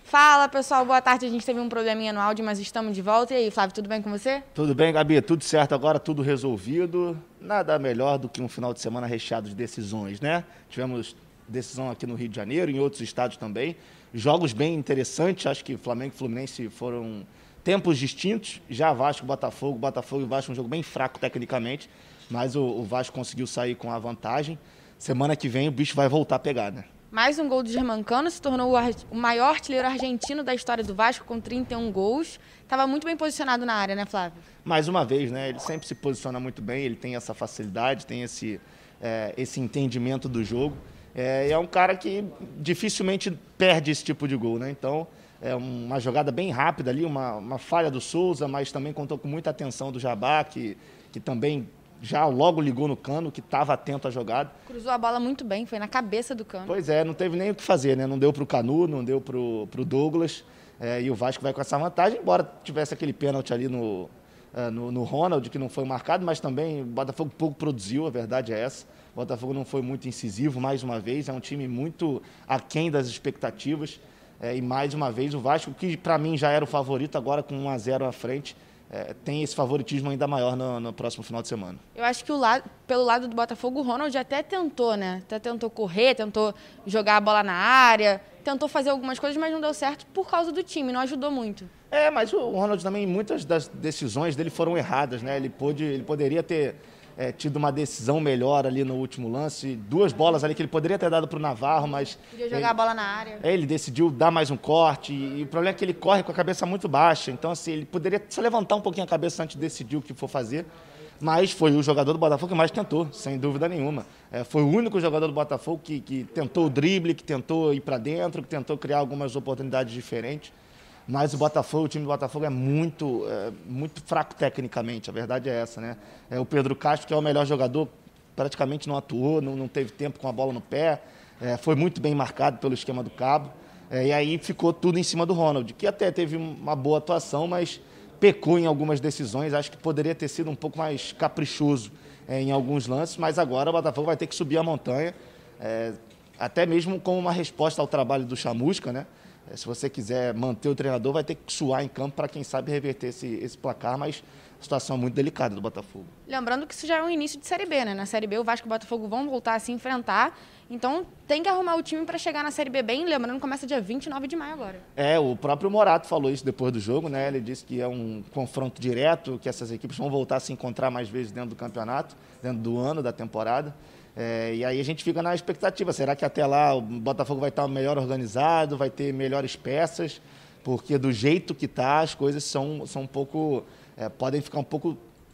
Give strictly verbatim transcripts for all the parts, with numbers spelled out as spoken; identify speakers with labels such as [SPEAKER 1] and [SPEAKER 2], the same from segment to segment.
[SPEAKER 1] Fala, pessoal. Boa tarde. A gente teve um probleminha no áudio, mas estamos de volta. E aí, Flávio, tudo bem com você?
[SPEAKER 2] Tudo bem, Gabi? Tudo certo agora, tudo resolvido. Nada melhor do que um final de semana recheado de decisões, né? Tivemos decisão aqui no Rio de Janeiro, em outros estados também. Jogos bem interessantes. Acho que Flamengo e Fluminense foram tempos distintos. Já Vasco e Botafogo. Botafogo e Vasco um jogo bem fraco tecnicamente, mas o, o Vasco conseguiu sair com a vantagem. Semana que vem o bicho vai voltar a pegar, né?
[SPEAKER 1] Mais um gol do Germancano, se tornou o maior artilheiro argentino da história do Vasco, com trinta e um gols. Estava muito bem posicionado na área, né, Flávio?
[SPEAKER 2] Mais uma vez, né? Ele sempre se posiciona muito bem, ele tem essa facilidade, tem esse, é, esse entendimento do jogo. É, é um cara que dificilmente perde esse tipo de gol, né? Então, é uma jogada bem rápida ali, uma, uma falha do Souza, mas também contou com muita atenção do Jabá, que, que também já logo ligou no Cano, que estava atento à jogada.
[SPEAKER 1] Cruzou a bola muito bem, foi na cabeça do Cano.
[SPEAKER 2] Pois é, não teve nem o que fazer, né? Não deu para o Canu, não deu para o Douglas. É, e o Vasco vai com essa vantagem, embora tivesse aquele pênalti ali no, uh, no, no Ronald, que não foi marcado, mas também o Botafogo pouco produziu, a verdade é essa. O Botafogo não foi muito incisivo, mais uma vez. É um time muito aquém das expectativas. É, e mais uma vez o Vasco, que para mim já era o favorito, agora com um a zero à frente, É, tem esse favoritismo ainda maior no, no próximo final de semana.
[SPEAKER 1] Eu acho que o lado, pelo lado do Botafogo, o Ronald até tentou, né? Até tentou correr, tentou jogar a bola na área, tentou fazer algumas coisas, mas não deu certo por causa do time, não ajudou muito.
[SPEAKER 2] É, mas o Ronald também, muitas das decisões dele foram erradas, né? Ele, pôde, ele poderia ter é, tido uma decisão melhor ali no último lance, duas bolas ali que ele poderia ter dado para o Navarro, mas...
[SPEAKER 1] Podia jogar
[SPEAKER 2] ele,
[SPEAKER 1] a bola na área.
[SPEAKER 2] É, ele decidiu dar mais um corte, e, e o problema é que ele corre com a cabeça muito baixa, então assim, ele poderia só levantar um pouquinho a cabeça antes de decidir o que for fazer, mas foi o jogador do Botafogo que mais tentou, sem dúvida nenhuma. É, foi o único jogador do Botafogo que, que tentou o drible, que tentou ir para dentro, que tentou criar algumas oportunidades diferentes. Mas o Botafogo, o time do Botafogo é muito, é, muito fraco tecnicamente, a verdade é essa, né? É, o Pedro Castro, que é o melhor jogador, praticamente não atuou, não, não teve tempo com a bola no pé, é, foi muito bem marcado pelo esquema do Cabo, é, e aí ficou tudo em cima do Ronald, que até teve uma boa atuação, mas pecou em algumas decisões, acho que poderia ter sido um pouco mais caprichoso é, em alguns lances, mas agora o Botafogo vai ter que subir a montanha, é, até mesmo como uma resposta ao trabalho do Chamusca, né? Se você quiser manter o treinador, vai ter que suar em campo para, quem sabe, reverter esse, esse placar, mas a situação é muito delicada do Botafogo.
[SPEAKER 1] Lembrando que isso já é um início de Série B, né? Na Série B, o Vasco e o Botafogo vão voltar a se enfrentar, então tem que arrumar o time para chegar na Série B bem, lembrando que começa dia vinte e nove de maio agora.
[SPEAKER 2] É, o próprio Morato falou isso depois do jogo, né? Ele disse que é um confronto direto, que essas equipes vão voltar a se encontrar mais vezes dentro do campeonato, dentro do ano, da temporada. É, e aí a gente fica na expectativa, será que até lá o Botafogo vai estar melhor organizado, vai ter melhores peças? Porque do jeito que está, as coisas são, são um pouco, é, podem ficar um pouco,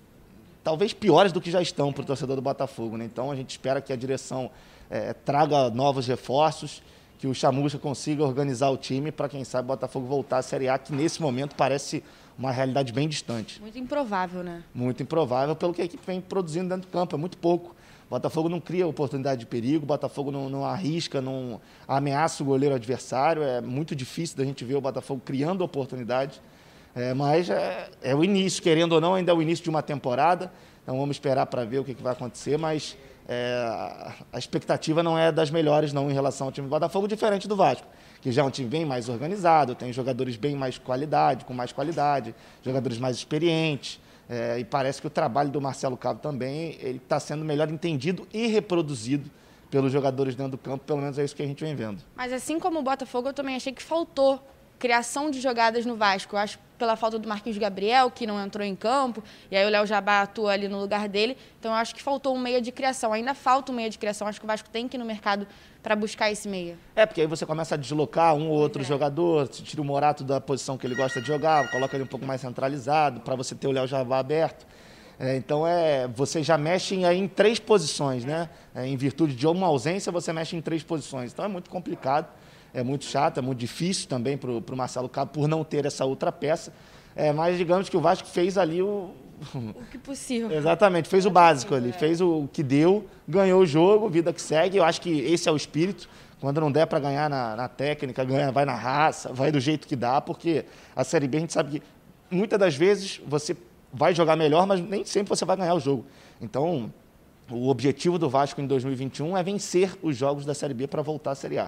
[SPEAKER 2] talvez piores do que já estão para o torcedor do Botafogo, né? Então a gente espera que a direção é, traga novos reforços, que o Chamusca consiga organizar o time para, quem sabe, o Botafogo voltar à Série A, que nesse momento parece uma realidade bem distante.
[SPEAKER 1] Muito improvável, né?
[SPEAKER 2] Muito improvável pelo que a equipe vem produzindo dentro do campo, é muito pouco. O Botafogo não cria oportunidade de perigo, o Botafogo não, não arrisca, não ameaça o goleiro adversário. É muito difícil da gente ver o Botafogo criando oportunidade, é, mas é, é o início, querendo ou não, ainda é o início de uma temporada. Então vamos esperar para ver o que, que vai acontecer, mas é, a expectativa não é das melhores não em relação ao time do Botafogo, diferente do Vasco, que já é um time bem mais organizado, tem jogadores bem mais qualidade, com mais qualidade, jogadores mais experientes. É, e parece que o trabalho do Marcelo Cabo também ele está sendo melhor entendido e reproduzido pelos jogadores dentro do campo, pelo menos é isso que a gente vem vendo.
[SPEAKER 1] Mas assim como o Botafogo, eu também achei que faltou criação de jogadas no Vasco. Eu acho pela falta do Marquinhos Gabriel, que não entrou em campo, e aí o Léo Jabá atua ali no lugar dele. Então eu acho que faltou um meia de criação. Ainda falta um meia de criação. Acho que o Vasco tem que ir no mercado para buscar esse meia.
[SPEAKER 2] É, porque aí você começa a deslocar um ou outro é. jogador, tira o Morato da posição que ele gosta de jogar, coloca ele um pouco mais centralizado, para você ter o Léo Jabá aberto. É, então, é, você já mexe aí em três posições, né? É, em virtude de uma ausência, você mexe em três posições. Então, é muito complicado, é muito chato, é muito difícil também para o Marcelo Cabo por não ter essa outra peça. É, mas, digamos que o Vasco fez ali o...
[SPEAKER 1] O que possível.
[SPEAKER 2] Exatamente, fez o básico ali, fez o que deu, ganhou o jogo, vida que segue. Eu acho que esse é o espírito. Quando não der para ganhar na, na técnica, ganha, vai na raça, vai do jeito que dá, porque a Série B a gente sabe que muitas das vezes você vai jogar melhor, mas nem sempre você vai ganhar o jogo. Então, o objetivo do Vasco em dois mil e vinte e um é vencer os jogos da Série B para voltar à Série A.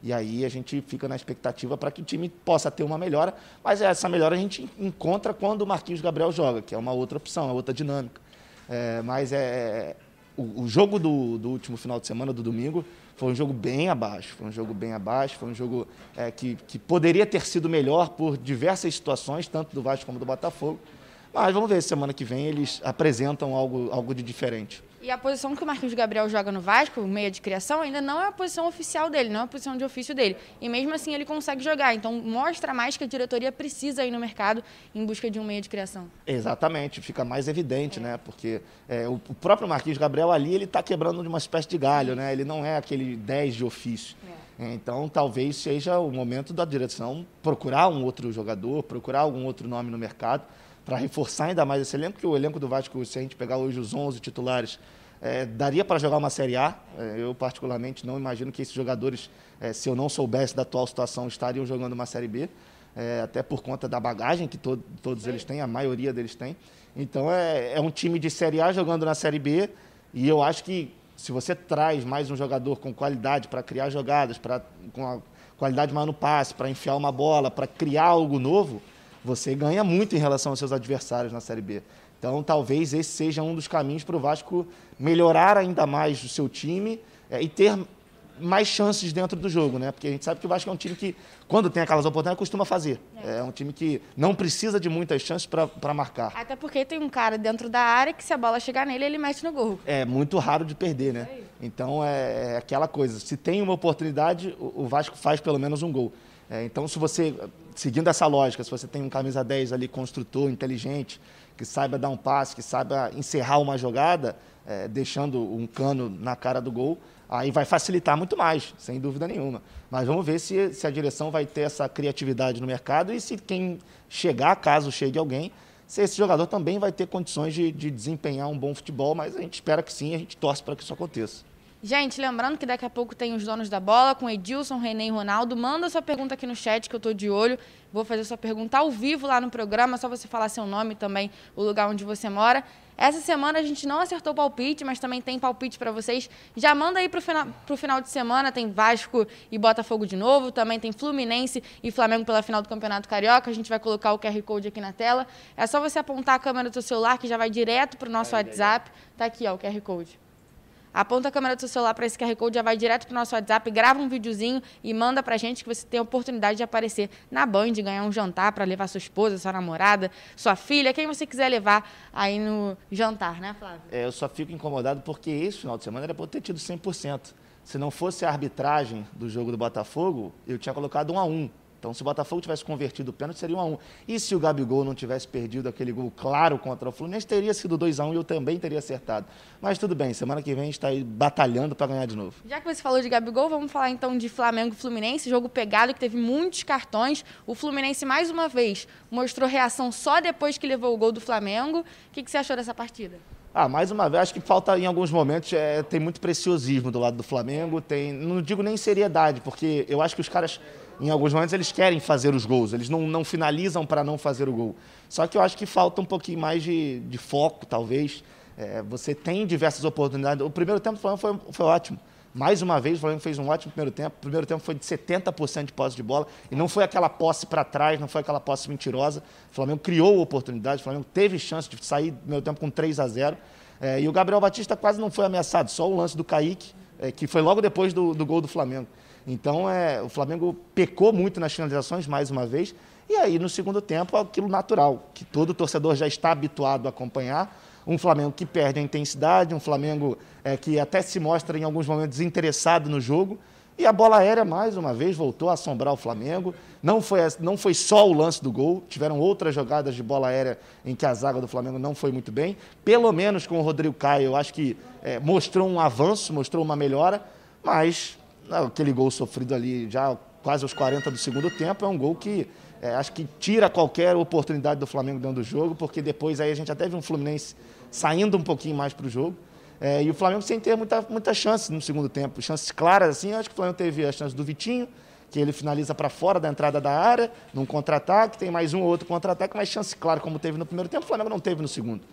[SPEAKER 2] E aí a gente fica na expectativa para que o time possa ter uma melhora, mas essa melhora a gente encontra quando o Marquinhos Gabriel joga, que é uma outra opção, é outra dinâmica. É, mas é, o, o jogo do, do último final de semana, do domingo, foi um jogo bem abaixo, foi um jogo bem abaixo, foi um jogo é, que, que poderia ter sido melhor por diversas situações, tanto do Vasco como do Botafogo. Mas vamos ver, semana que vem eles apresentam algo, algo de diferente.
[SPEAKER 1] E a posição que o Marquinhos Gabriel joga no Vasco, meia de criação, ainda não é a posição oficial dele, não é a posição de ofício dele. E mesmo assim ele consegue jogar. Então mostra mais que a diretoria precisa ir no mercado em busca de um meia de criação.
[SPEAKER 2] Exatamente, fica mais evidente, é. né? Porque é, o, o próprio Marquinhos Gabriel ali, ele está quebrando de uma espécie de galho, né? Ele não é aquele dez de ofício. É. Então talvez seja o momento da direção procurar um outro jogador, procurar algum outro nome no mercado, para reforçar ainda mais esse elenco, porque o elenco do Vasco, se a gente pegar hoje os onze titulares, é, daria para jogar uma Série A. É, eu, particularmente, não imagino que esses jogadores, é, se eu não soubesse da atual situação, estariam jogando uma Série B, é, até por conta da bagagem que to todos eles têm, a maioria deles tem. Então, é, é um time de Série A jogando na Série B, e eu acho que se você traz mais um jogador com qualidade para criar jogadas, pra, com a qualidade maior no passe, para enfiar uma bola, para criar algo novo, você ganha muito em relação aos seus adversários na Série B. Então, talvez esse seja um dos caminhos para o Vasco melhorar ainda mais o seu time é, e ter mais chances dentro do jogo, né? Porque a gente sabe que o Vasco é um time que, quando tem aquelas oportunidades, costuma fazer. É, é um time que não precisa de muitas chances para marcar.
[SPEAKER 1] Até porque tem um cara dentro da área que, se a bola chegar nele, ele mete no gol.
[SPEAKER 2] É muito raro de perder, né? Então, é, é aquela coisa. Se tem uma oportunidade, o, o Vasco faz pelo menos um gol. É, então, se você, seguindo essa lógica, se você tem um camisa dez ali, construtor, inteligente, que saiba dar um passe, que saiba encerrar uma jogada, é, deixando um cano na cara do gol, aí vai facilitar muito mais, sem dúvida nenhuma. Mas vamos ver se, se a direção vai ter essa criatividade no mercado e se quem chegar, caso chegue alguém, se esse jogador também vai ter condições de, de desempenhar um bom futebol, mas a gente espera que sim, a gente torce para que isso aconteça.
[SPEAKER 1] Gente, lembrando que daqui a pouco tem os donos da bola, com Edilson, René e Ronaldo. Manda sua pergunta aqui no chat, que eu estou de olho. Vou fazer sua pergunta ao vivo lá no programa, só você falar seu nome e também, o lugar onde você mora. Essa semana a gente não acertou o palpite, mas também tem palpite para vocês. Já manda aí para o final, pro final de semana, tem Vasco e Botafogo de novo, também tem Fluminense e Flamengo pela final do Campeonato Carioca. A gente vai colocar o Q R Code aqui na tela. É só você apontar a câmera do seu celular, que já vai direto para o nosso WhatsApp. Tá aqui, ó, o Q R Code. Aponta a câmera do seu celular para esse Q R Code, já vai direto para o nosso WhatsApp, grava um videozinho e manda para a gente, que você tem a oportunidade de aparecer na Band, ganhar um jantar para levar sua esposa, sua namorada, sua filha, quem você quiser levar aí no jantar, né, Flávio?
[SPEAKER 2] É, eu só fico incomodado porque esse final de semana era para eu ter tido cem por cento. Se não fosse a arbitragem do jogo do Botafogo, eu tinha colocado um a um. Então, se o Botafogo tivesse convertido o pênalti, seria um a um. E se o Gabigol não tivesse perdido aquele gol claro contra o Fluminense, teria sido dois a um e eu também teria acertado. Mas tudo bem, semana que vem a gente está aí batalhando para ganhar de novo.
[SPEAKER 1] Já que você falou de Gabigol, vamos falar então de Flamengo e Fluminense, jogo pegado que teve muitos cartões. O Fluminense, mais uma vez, mostrou reação só depois que levou o gol do Flamengo. O que, que você achou dessa partida?
[SPEAKER 2] Ah, mais uma vez, acho que falta em alguns momentos, é, tem muito preciosismo do lado do Flamengo, tem, não digo nem seriedade, porque eu acho que os caras, em alguns momentos, eles querem fazer os gols, eles não, não finalizam para não fazer o gol. Só que eu acho que falta um pouquinho mais de, de foco, talvez. É, você tem diversas oportunidades. O primeiro tempo do Flamengo foi, foi ótimo. Mais uma vez, o Flamengo fez um ótimo primeiro tempo. O primeiro tempo foi de setenta por cento de posse de bola. E não foi aquela posse para trás, não foi aquela posse mentirosa. O Flamengo criou oportunidade, o Flamengo teve chance de sair do primeiro tempo com três a zero. É, e o Gabriel Batista quase não foi ameaçado, só o lance do Kaique, é, que foi logo depois do, do gol do Flamengo. Então, é, o Flamengo pecou muito nas finalizações, mais uma vez. E aí, no segundo tempo, aquilo natural, que todo torcedor já está habituado a acompanhar. Um Flamengo que perde a intensidade, um Flamengo é, que até se mostra em alguns momentos desinteressado no jogo. E a bola aérea, mais uma vez, voltou a assombrar o Flamengo. Não foi, não foi só o lance do gol, tiveram outras jogadas de bola aérea em que a zaga do Flamengo não foi muito bem. Pelo menos com o Rodrigo Caio, eu acho que é, mostrou um avanço, mostrou uma melhora, mas aquele gol sofrido ali já quase aos quarenta do segundo tempo é um gol que é, acho que tira qualquer oportunidade do Flamengo dentro do jogo, porque depois aí a gente até viu um Fluminense saindo um pouquinho mais para o jogo. É, e o Flamengo sem ter muita, muita chance no segundo tempo. Chances claras, assim, acho que o Flamengo teve a chance do Vitinho, que ele finaliza para fora da entrada da área, num contra-ataque, tem mais um ou outro contra-ataque, mas chance clara como teve no primeiro tempo, o Flamengo não teve no segundo.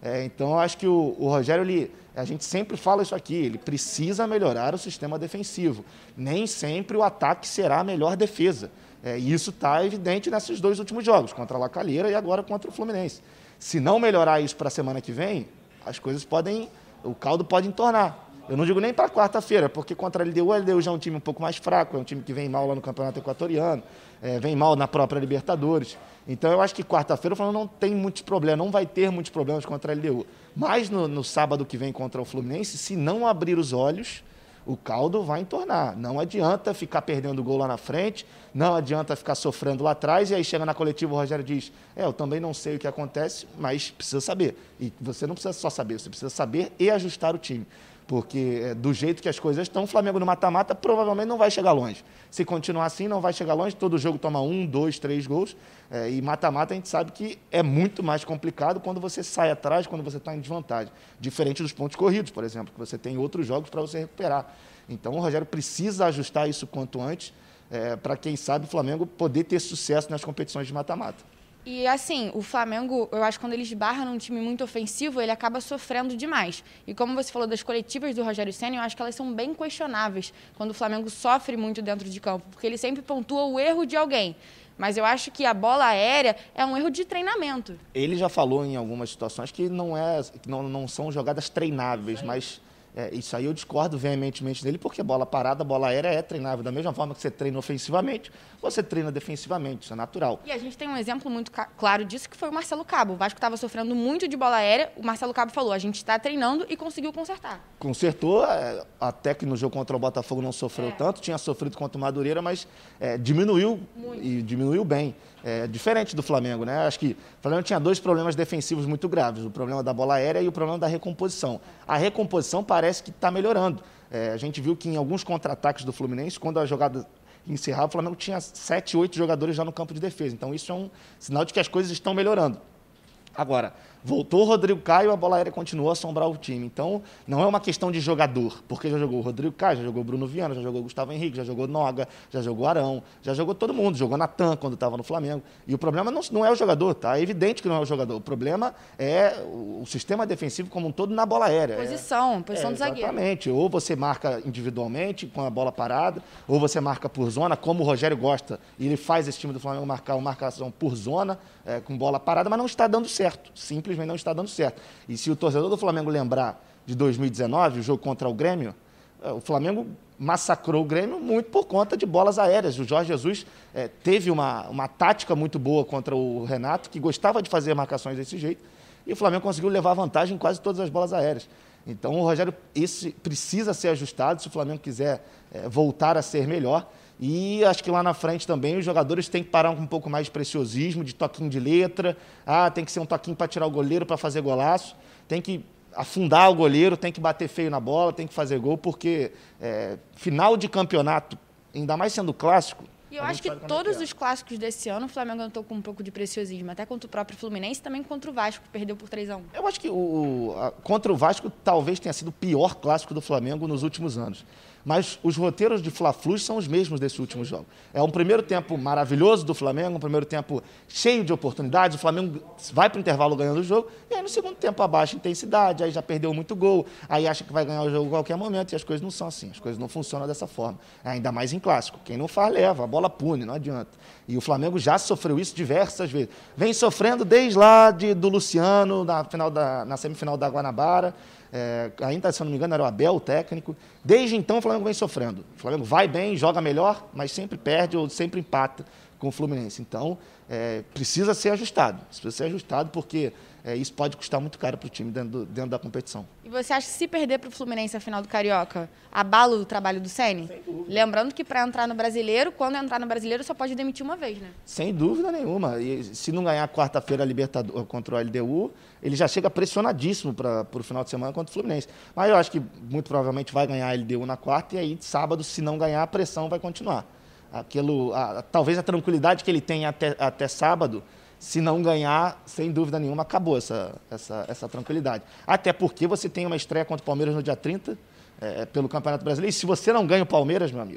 [SPEAKER 2] É, então, eu acho que o, o Rogério, ele, a gente sempre fala isso aqui, ele precisa melhorar o sistema defensivo. Nem sempre o ataque será a melhor defesa. É, e isso está evidente nesses dois últimos jogos, contra a La Calera e agora contra o Fluminense. Se não melhorar isso para a semana que vem, as coisas podem, o caldo pode entornar. Eu não digo nem para quarta-feira, porque contra a L D U, a L D U já é um time um pouco mais fraco, é um time que vem mal lá no Campeonato Equatoriano, é, vem mal na própria Libertadores. Então, eu acho que quarta-feira, eu falo, não tem muitos problemas, não vai ter muitos problemas contra a L D U. Mas no, no sábado que vem contra o Fluminense, se não abrir os olhos, o caldo vai entornar. Não adianta ficar perdendo gol lá na frente, não adianta ficar sofrendo lá atrás, e aí chega na coletiva o Rogério diz, é, eu também não sei o que acontece, mas precisa saber. E você não precisa só saber, você precisa saber e ajustar o time. Porque do jeito que as coisas estão, o Flamengo no mata-mata provavelmente não vai chegar longe. Se continuar assim, não vai chegar longe, todo jogo toma um, dois, três gols, é, e mata-mata a gente sabe que é muito mais complicado quando você sai atrás, quando você está em desvantagem. Diferente dos pontos corridos, por exemplo, que você tem outros jogos para você recuperar. Então o Rogério precisa ajustar isso quanto antes, é, para quem sabe o Flamengo poder ter sucesso nas competições de mata-mata.
[SPEAKER 1] E assim, o Flamengo, eu acho que quando ele esbarra num time muito ofensivo, ele acaba sofrendo demais. E como você falou das coletivas do Rogério Ceni, eu acho que elas são bem questionáveis quando o Flamengo sofre muito dentro de campo, porque ele sempre pontua o erro de alguém. Mas eu acho que a bola aérea é um erro de treinamento.
[SPEAKER 2] Ele já falou em algumas situações que não, é, que não, não são jogadas treináveis, mas... É, isso aí eu discordo veementemente dele, porque bola parada, bola aérea é treinável. Da mesma forma que você treina ofensivamente, você treina defensivamente, isso é natural.
[SPEAKER 1] E a gente tem um exemplo muito claro disso, que foi o Marcelo Cabo. O Vasco estava sofrendo muito de bola aérea, o Marcelo Cabo falou, a gente está treinando e conseguiu consertar.
[SPEAKER 2] Consertou, é, até que no jogo contra o Botafogo não sofreu é. tanto, tinha sofrido contra o Madureira, mas é, diminuiu muito. E diminuiu bem. É, diferente do Flamengo, né? Acho que o Flamengo tinha dois problemas defensivos muito graves, o problema da bola aérea e o problema da recomposição. A recomposição parece que está melhorando. É, a gente viu que em alguns contra-ataques do Fluminense, quando a jogada encerrava, o Flamengo tinha sete, oito jogadores já no campo de defesa. Então isso é um sinal de que as coisas estão melhorando. Agora, voltou o Rodrigo Caio, a bola aérea continuou a assombrar o time. Então, não é uma questão de jogador, porque já jogou o Rodrigo Caio, já jogou o Bruno Viana, já jogou o Gustavo Henrique, já jogou Noga, já jogou Arão, já jogou todo mundo, jogou Natan quando estava no Flamengo. E o problema não, não é o jogador, tá? É evidente que não é o jogador. O problema é o, o sistema defensivo como um todo na bola aérea.
[SPEAKER 1] Posição, é, posição
[SPEAKER 2] é,
[SPEAKER 1] do zagueiro.
[SPEAKER 2] Exatamente. Ou você marca individualmente, com a bola parada, ou você marca por zona, como o Rogério gosta. E ele faz esse time do Flamengo marcar uma marcação por zona, é, com bola parada, mas não está dando certo. Simplesmente não está dando certo. E se o torcedor do Flamengo lembrar de dois mil e dezenove, o jogo contra o Grêmio, o Flamengo massacrou o Grêmio muito por conta de bolas aéreas. O Jorge Jesus é, teve uma, uma tática muito boa contra o Renato, que gostava de fazer marcações desse jeito, e o Flamengo conseguiu levar vantagem em quase todas as bolas aéreas. Então o Rogério esse precisa ser ajustado se o Flamengo quiser é, voltar a ser melhor. E acho que lá na frente também os jogadores têm que parar um pouco mais de preciosismo, de toquinho de letra. Ah, tem que ser um toquinho para tirar o goleiro, para fazer golaço. Tem que afundar o goleiro, tem que bater feio na bola, tem que fazer gol, porque é, final de campeonato, ainda mais sendo clássico...
[SPEAKER 1] E eu acho que todos os clássicos desse ano, o Flamengo entrou com um pouco de preciosismo, até contra o próprio Fluminense e também contra o Vasco, que perdeu por três a um.
[SPEAKER 2] Eu acho que o, a, contra o Vasco talvez tenha sido o pior clássico do Flamengo nos últimos anos. Mas os roteiros de Fla-Flu são os mesmos desse último jogo. É um primeiro tempo maravilhoso do Flamengo, um primeiro tempo cheio de oportunidades, o Flamengo vai para o intervalo ganhando o jogo, e aí no segundo tempo abaixa a intensidade, aí já perdeu muito gol, aí acha que vai ganhar o jogo a qualquer momento, e as coisas não são assim, as coisas não funcionam dessa forma. Ainda mais em clássico, quem não faz leva, a bola pune, não adianta. E o Flamengo já sofreu isso diversas vezes. Vem sofrendo desde lá de, do Luciano, na, final da, na semifinal da Guanabara, É, ainda, se eu não me engano, era o Abel, o técnico. Desde então, o Flamengo vem sofrendo. O Flamengo vai bem, joga melhor, mas sempre perde ou sempre empata com o Fluminense. Então, é, precisa ser ajustado. Precisa ser ajustado porque é, isso pode custar muito caro para o time dentro, do, dentro da competição.
[SPEAKER 1] E você acha que se perder para o Fluminense a final do Carioca, abala o trabalho do Ceni?
[SPEAKER 2] Sem dúvida.
[SPEAKER 1] Lembrando que para entrar no Brasileiro, quando entrar no Brasileiro, só pode demitir uma vez, né?
[SPEAKER 2] Sem dúvida nenhuma. E se não ganhar quarta-feira a Libertadores contra o L D U, ele já chega pressionadíssimo para o final de semana contra o Fluminense. Mas eu acho que muito provavelmente vai ganhar a L D U na quarta e aí sábado, se não ganhar, a pressão vai continuar. Aquilo, a, talvez a tranquilidade que ele tem até, até sábado, se não ganhar, sem dúvida nenhuma, acabou essa, essa, essa tranquilidade. Até porque você tem uma estreia contra o Palmeiras no dia trinta, é, pelo Campeonato Brasileiro, e se você não ganha o Palmeiras, meu amigo,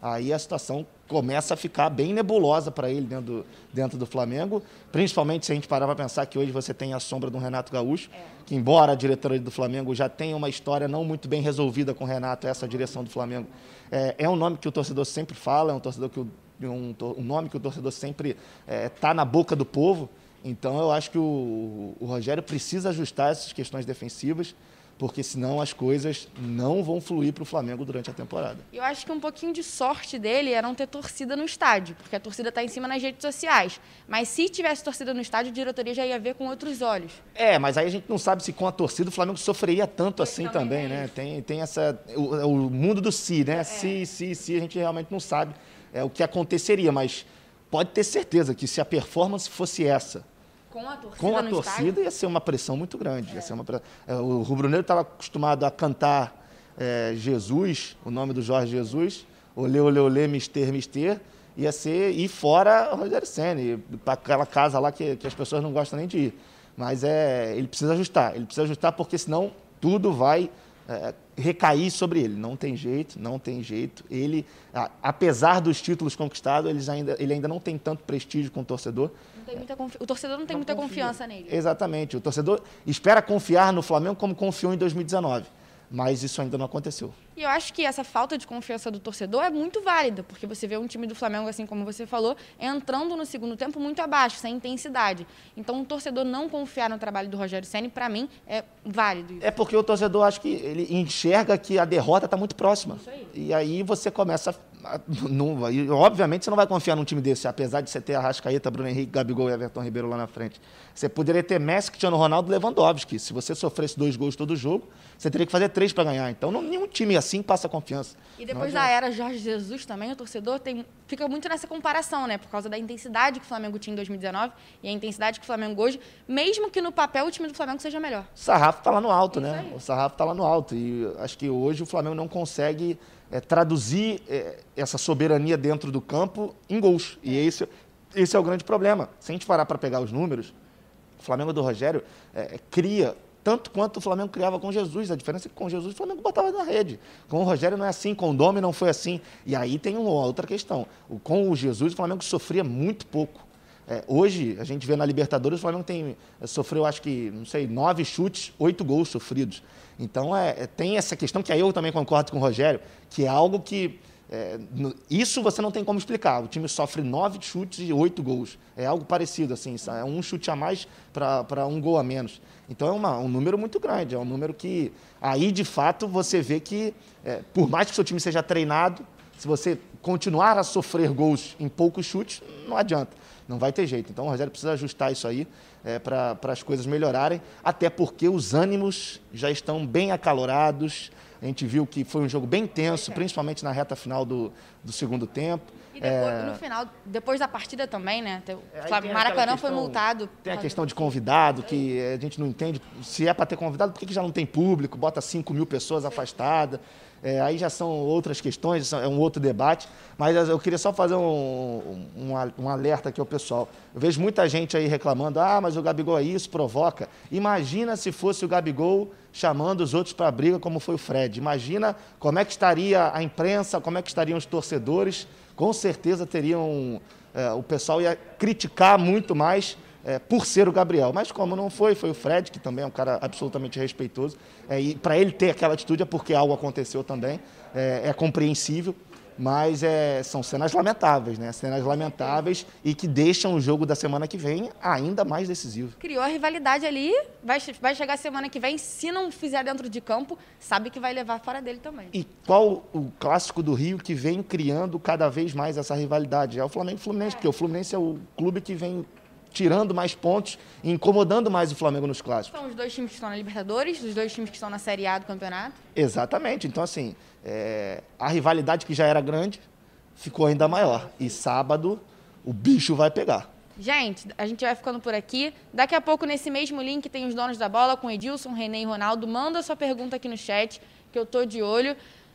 [SPEAKER 2] aí a situação começa a ficar bem nebulosa para ele dentro do, dentro do Flamengo, principalmente se a gente parar para pensar que hoje você tem a sombra do Renato Gaúcho, é. que embora a diretoria do Flamengo já tenha uma história não muito bem resolvida com o Renato, essa direção do Flamengo é, é um nome que o torcedor sempre fala, é um, torcedor que o, um, um nome que o torcedor sempre está é, na boca do povo. Então eu acho que o, o Rogério precisa ajustar essas questões defensivas, porque senão as coisas não vão fluir para o Flamengo durante a temporada.
[SPEAKER 1] Eu acho que um pouquinho de sorte dele era não ter torcida no estádio, porque a torcida está em cima nas redes sociais. Mas se tivesse torcida no estádio, a diretoria já ia ver com outros olhos.
[SPEAKER 2] É, mas aí a gente não sabe se com a torcida o Flamengo sofreria tanto assim também, também né? Tem, tem essa, o, o mundo do si, né? É. Se, se, se, a gente realmente não sabe é, o que aconteceria, mas pode ter certeza que se a performance fosse essa,
[SPEAKER 1] Com a torcida,
[SPEAKER 2] Com a
[SPEAKER 1] no
[SPEAKER 2] torcida
[SPEAKER 1] estádio?
[SPEAKER 2] ia ser uma pressão muito grande. É. Ia ser uma pre... O rubro-negro estava acostumado a cantar é, Jesus, o nome do Jorge Jesus, olê, olê, olê, mister, mister, ia ser ir fora o Rogério Ceni, para aquela casa lá que, que as pessoas não gostam nem de ir. Mas é, ele precisa ajustar, ele precisa ajustar porque senão tudo vai é, recair sobre ele. Não tem jeito, não tem jeito. Ele, a, apesar dos títulos conquistados, eles ainda, ele ainda não tem tanto prestígio com o torcedor.
[SPEAKER 1] Tem muita confi... O torcedor não tem não muita confia. confiança nele.
[SPEAKER 2] Exatamente. O torcedor espera confiar no Flamengo como confiou em dois mil e dezenove, mas isso ainda não aconteceu.
[SPEAKER 1] E eu acho que essa falta de confiança do torcedor é muito válida, porque você vê um time do Flamengo, assim como você falou, entrando no segundo tempo muito abaixo, sem intensidade. Então, o torcedor não confiar no trabalho do Rogério Ceni, para mim, é válido. Isso.
[SPEAKER 2] É porque o torcedor, acho que ele enxerga que a derrota está muito próxima.
[SPEAKER 1] Isso aí.
[SPEAKER 2] E aí você começa... A, não, e obviamente, você não vai confiar num time desse, apesar de você ter Arrascaeta, Bruno Henrique, Gabigol e Everton Ribeiro lá na frente. Você poderia ter Messi, Cristiano Ronaldo e Lewandowski. Se você sofresse dois gols todo jogo, você teria que fazer três para ganhar. Então, não, nenhum time assim passa confiança.
[SPEAKER 1] E depois da era Jorge Jesus também, o torcedor tem, fica muito nessa comparação, né? Por causa da intensidade que o Flamengo tinha em dois mil e dezenove e a intensidade que o Flamengo hoje, mesmo que no papel o time do Flamengo seja melhor.
[SPEAKER 2] O sarrafo está lá no alto,
[SPEAKER 1] Isso
[SPEAKER 2] né?
[SPEAKER 1] aí.
[SPEAKER 2] O sarrafo está lá no alto. E acho que hoje o Flamengo não consegue é, traduzir é, essa soberania dentro do campo em gols. E esse, esse é o grande problema. Se a gente parar para pegar os números, o Flamengo do Rogério é, cria tanto quanto o Flamengo criava com Jesus. A diferença é que com Jesus o Flamengo botava na rede. Com o Rogério não é assim, com o Domi não foi assim. E aí tem uma outra questão. Com o Jesus o Flamengo sofria muito pouco. É, hoje, a gente vê na Libertadores, o Flamengo tem, sofreu, acho que, não sei, nove chutes, oito gols sofridos. Então, é, é, tem essa questão que aí eu também concordo com o Rogério, que é algo que... É, no, isso você não tem como explicar. O time sofre nove chutes e oito gols. É algo parecido, assim, é um chute a mais para um gol a menos. Então é uma, um número muito grande, é um número que aí, de fato, você vê que, é, por mais que o seu time seja treinado, se você continuar a sofrer gols em poucos chutes, não adianta, não vai ter jeito. Então o Rogério precisa ajustar isso aí é, para as coisas melhorarem, até porque os ânimos já estão bem acalorados. A gente viu que foi um jogo bem tenso, principalmente na reta final do, do segundo tempo.
[SPEAKER 1] E depois, é... no final, depois da partida também, né? O
[SPEAKER 2] questão,
[SPEAKER 1] Maracanã foi multado.
[SPEAKER 2] Tem a questão de convidado, que a gente não entende. Se é para ter convidado, por que, que já não tem público? Bota cinco mil pessoas afastadas. É, aí já são outras questões, é um outro debate. Mas eu queria só fazer um, um, um alerta aqui ao pessoal. Eu vejo muita gente aí reclamando, ah, mas o Gabigol é isso, provoca. Imagina se fosse o Gabigol chamando os outros para a briga, como foi o Fred. Imagina como é que estaria a imprensa, como é que estariam os torcedores. Com certeza teriam... É, o pessoal ia criticar muito mais é, por ser o Gabriel. Mas como não foi, foi o Fred, que também é um cara absolutamente respeitoso. É, e para ele ter aquela atitude é porque algo aconteceu também. É, é compreensível. Mas é, são cenas lamentáveis, né? Cenas lamentáveis e que deixam o jogo da semana que vem ainda mais decisivo.
[SPEAKER 1] Criou a rivalidade ali, vai, vai chegar a semana que vem, se não fizer dentro de campo, sabe que vai levar fora dele também.
[SPEAKER 2] E qual o clássico do Rio que vem criando cada vez mais essa rivalidade? É o Flamengo e Fluminense, é. porque o Fluminense é o clube que vem tirando mais pontos e incomodando mais o Flamengo nos clássicos.
[SPEAKER 1] São os dois times que estão na Libertadores, os dois times que estão na Série A do campeonato.
[SPEAKER 2] Exatamente. Então, assim, é, a rivalidade que já era grande ficou ainda maior. E sábado o bicho vai pegar.
[SPEAKER 1] Gente, a gente vai ficando por aqui. Daqui a pouco, nesse mesmo link, tem os donos da bola com Edilson, René e Ronaldo. Manda sua pergunta aqui no chat, que eu tô de olho.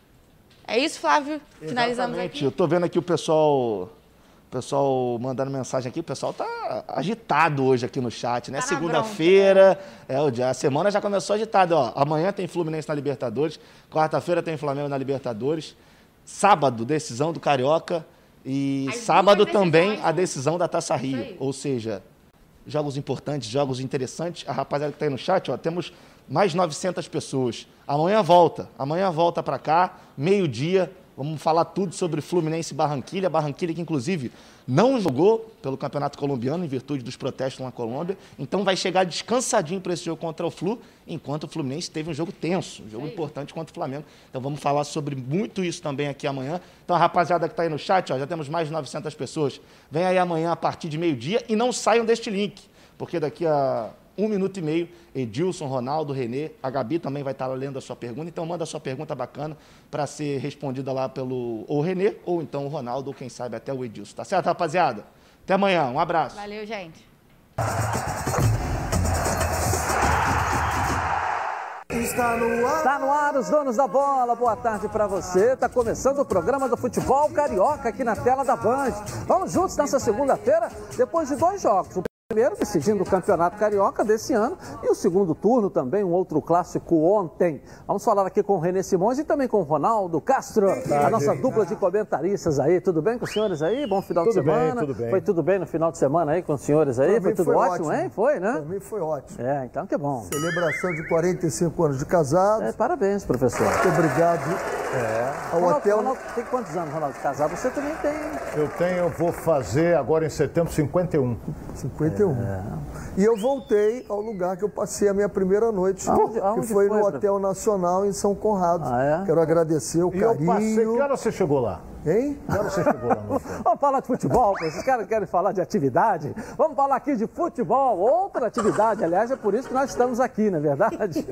[SPEAKER 1] É isso, Flávio? Finalizamos
[SPEAKER 2] Exatamente.
[SPEAKER 1] aqui.
[SPEAKER 2] Eu tô vendo aqui o pessoal... O pessoal mandando mensagem aqui, o pessoal tá agitado hoje aqui no chat, né?
[SPEAKER 1] Tá
[SPEAKER 2] Segunda-feira, é, o dia, a semana já começou agitada, ó. Amanhã tem Fluminense na Libertadores, quarta-feira tem Flamengo na Libertadores. sábado, decisão do Carioca. E
[SPEAKER 1] As
[SPEAKER 2] sábado
[SPEAKER 1] duas
[SPEAKER 2] também
[SPEAKER 1] decisões,
[SPEAKER 2] a
[SPEAKER 1] né?
[SPEAKER 2] decisão da Taça Rio.
[SPEAKER 1] aí.
[SPEAKER 2] Ou seja, jogos importantes, jogos interessantes. A rapaziada que está aí no chat, ó, temos mais novecentas pessoas. Amanhã volta. Amanhã volta para cá, meio-dia. Vamos falar tudo sobre Fluminense e Barranquilla. Barranquilla que, inclusive, não jogou pelo Campeonato Colombiano em virtude dos protestos na Colômbia. Então, vai chegar descansadinho para esse jogo contra o Flu, enquanto o Fluminense teve um jogo tenso, um jogo importante contra o Flamengo. Então, vamos falar sobre muito isso também aqui amanhã. Então, a rapaziada que está aí no chat, ó, já temos mais de novecentas pessoas. Vem aí amanhã a partir de meio-dia e não saiam deste link, porque daqui a um minuto e meio, Edilson, Ronaldo, Renê, a Gabi também vai estar lendo a sua pergunta, então manda a sua pergunta bacana para ser respondida lá pelo ou Renê, ou então o Ronaldo, ou quem sabe até o Edilson. Tá certo, rapaziada? Até amanhã, um abraço.
[SPEAKER 1] Valeu, gente.
[SPEAKER 3] Está no ar.
[SPEAKER 4] Tá no ar, os donos da bola. Boa tarde para você. Tá começando o programa do futebol carioca aqui na tela da Band. Vamos juntos nessa segunda-feira, depois de dois jogos. O primeiro decidindo o Campeonato Carioca desse ano e o segundo turno também, um outro clássico ontem. Vamos falar aqui com o Renê Simões e também com o Ronaldo Castro, a nossa dupla de comentaristas aí. Tudo bem com os senhores aí? Bom final
[SPEAKER 3] Tudo
[SPEAKER 4] de semana.
[SPEAKER 3] bem, tudo bem.
[SPEAKER 4] Foi tudo bem no final de semana aí com os senhores aí?
[SPEAKER 3] Pra
[SPEAKER 4] Foi
[SPEAKER 3] mim
[SPEAKER 4] tudo
[SPEAKER 3] foi
[SPEAKER 4] ótimo,
[SPEAKER 3] ótimo.
[SPEAKER 4] hein? Foi, né?
[SPEAKER 3] Para mim foi ótimo.
[SPEAKER 4] É, então que bom.
[SPEAKER 3] Celebração de quarenta e cinco anos de casado.
[SPEAKER 4] É, parabéns, professor.
[SPEAKER 3] Muito obrigado
[SPEAKER 4] É.
[SPEAKER 3] ao
[SPEAKER 4] Ronaldo,
[SPEAKER 3] hotel.
[SPEAKER 4] Ronaldo, tem quantos anos, Ronaldo? Casado você também tem.
[SPEAKER 5] Eu tenho, vou fazer agora em setembro cinquenta e um.
[SPEAKER 3] cinquenta e um. E eu voltei ao lugar que eu passei a minha primeira noite,
[SPEAKER 4] Aonde- aonde
[SPEAKER 3] que foi,
[SPEAKER 4] foi,
[SPEAKER 3] no
[SPEAKER 4] prof?
[SPEAKER 3] Hotel Nacional em São Conrado.
[SPEAKER 4] Ah, é?
[SPEAKER 3] Quero agradecer o
[SPEAKER 5] E eu
[SPEAKER 3] carinho.
[SPEAKER 5] passei. Que hora você chegou lá?
[SPEAKER 3] Hein?
[SPEAKER 5] Que hora você chegou lá no hotel?
[SPEAKER 4] Vamos falar de futebol, pô. Esses caras querem falar de atividade. Vamos falar aqui de futebol, outra atividade. Aliás, é por isso que nós estamos aqui, não é verdade?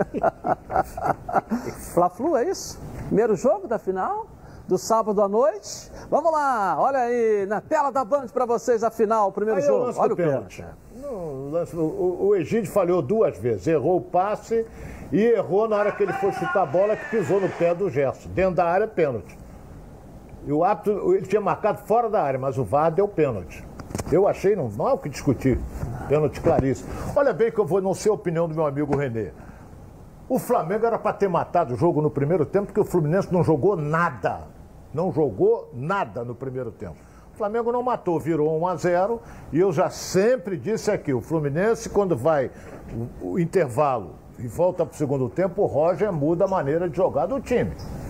[SPEAKER 4] Fla-Flu, é isso? Primeiro jogo da final do sábado à noite. Vamos lá, olha aí na tela da Band para vocês a final, o primeiro
[SPEAKER 5] Aí é o
[SPEAKER 4] jogo.
[SPEAKER 5] lance
[SPEAKER 4] Olha
[SPEAKER 5] do
[SPEAKER 4] o
[SPEAKER 5] pênalti.
[SPEAKER 4] pênalti.
[SPEAKER 5] No lance- O, o Egídio falhou duas vezes. Errou o passe e errou na hora que ele foi chutar a bola que pisou no pé do Gerson. Dentro da área, pênalti. E o árbitro, ele tinha marcado fora da área, mas o V A R deu pênalti. Eu achei, não, não há o que discutir. Pênalti claríssimo. Olha bem que eu vou não ser a opinião do meu amigo Renê. O Flamengo era para ter matado o jogo no primeiro tempo, porque o Fluminense não jogou nada. Não jogou nada no primeiro tempo. O Flamengo não matou, virou um a zero. E eu já sempre disse aqui, o Fluminense, quando vai o, o intervalo e volta para o segundo tempo, o Roger muda a maneira de jogar do time.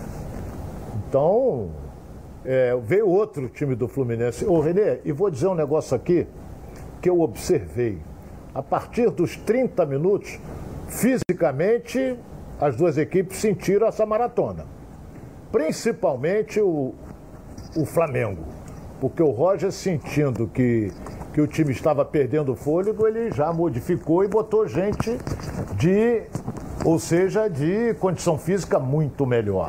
[SPEAKER 5] Então, é, veio outro time do Fluminense. Ô, Renê, e vou dizer um negócio aqui que eu observei. A partir dos trinta minutos, fisicamente, as duas equipes sentiram essa maratona. Principalmente o, o Flamengo. Porque o Roger, sentindo que, que o time estava perdendo o fôlego, ele já modificou e botou gente de, ou seja, de condição física muito melhor.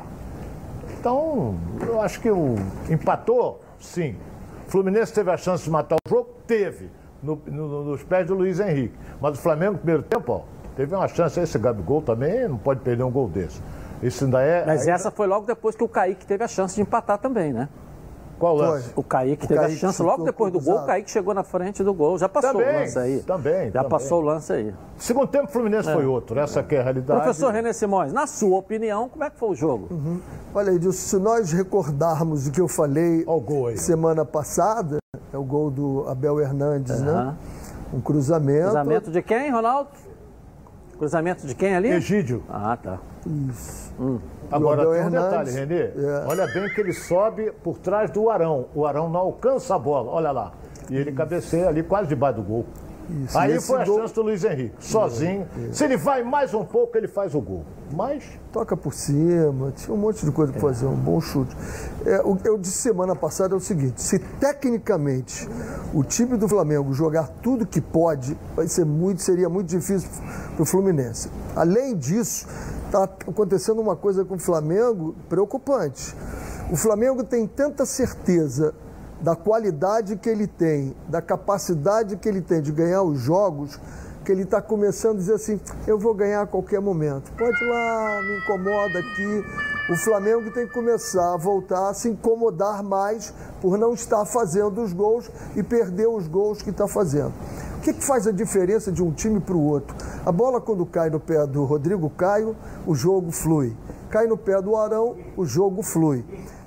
[SPEAKER 5] Então, eu acho que o empatou, sim. O Fluminense teve a chance de matar o jogo? Teve, no, no, nos pés do Luiz Henrique. Mas o Flamengo, no primeiro tempo, ó, teve uma chance. Esse Gabigol também não pode perder um gol desse. Isso ainda é...
[SPEAKER 4] Mas
[SPEAKER 5] ainda...
[SPEAKER 4] essa foi logo depois que o Kaique teve a chance de empatar também, né?
[SPEAKER 5] Qual lance?
[SPEAKER 4] O Kaique
[SPEAKER 3] O
[SPEAKER 4] teve
[SPEAKER 3] Kaique
[SPEAKER 4] a chance
[SPEAKER 3] chutou
[SPEAKER 4] logo depois do gol, o
[SPEAKER 3] cruzado.
[SPEAKER 4] Kaique chegou na frente do gol. Já passou
[SPEAKER 5] Também,
[SPEAKER 4] o lance aí.
[SPEAKER 5] também,
[SPEAKER 4] Já
[SPEAKER 5] também.
[SPEAKER 4] passou o lance aí.
[SPEAKER 5] Segundo tempo, o Fluminense foi outro. Essa que é a realidade.
[SPEAKER 4] Professor Renê Simões, na sua opinião, como é que foi o jogo?
[SPEAKER 3] Olha, Edilson, se nós recordarmos o que eu falei
[SPEAKER 5] Olha o gol aí.
[SPEAKER 3] semana passada, é o gol do Abel Hernandes, né?
[SPEAKER 4] Aham.
[SPEAKER 3] Um cruzamento.
[SPEAKER 4] Cruzamento de quem, Ronaldo? Cruzamento de quem ali?
[SPEAKER 5] Egídio.
[SPEAKER 4] Ah, tá.
[SPEAKER 3] Isso.
[SPEAKER 5] Agora,
[SPEAKER 3] Abel
[SPEAKER 5] tem um
[SPEAKER 3] Hernandes,
[SPEAKER 5] detalhe, Renê.
[SPEAKER 3] é.
[SPEAKER 5] Olha bem que ele sobe por trás do Arão. O Arão não alcança a bola. Olha lá. E ele cabeceia ali quase debaixo do gol.
[SPEAKER 3] Isso,
[SPEAKER 5] Aí
[SPEAKER 3] esse
[SPEAKER 5] foi a
[SPEAKER 3] gol-
[SPEAKER 5] chance do Luiz Henrique. Sozinho. Se ele vai mais um pouco, ele faz o gol. Mas...
[SPEAKER 3] Toca por cima, tinha um monte de coisa para fazer, um bom chute. É, o que eu disse semana passada é o seguinte: se tecnicamente o time do Flamengo jogar tudo que pode, vai ser muito, seria muito difícil para o Fluminense. Além disso, está acontecendo uma coisa com o Flamengo preocupante. O Flamengo tem tanta certeza da qualidade que ele tem, da capacidade que ele tem de ganhar os jogos, que ele está começando a dizer assim, eu vou ganhar a qualquer momento. Pode ir lá, me incomoda aqui. O Flamengo tem que começar a voltar a se incomodar mais por não estar fazendo os gols e perder os gols que está fazendo. O que, que faz a diferença de um time para o outro? A bola, quando cai no pé do Rodrigo Caio, o jogo flui. Cai no pé do Arão, o jogo flui.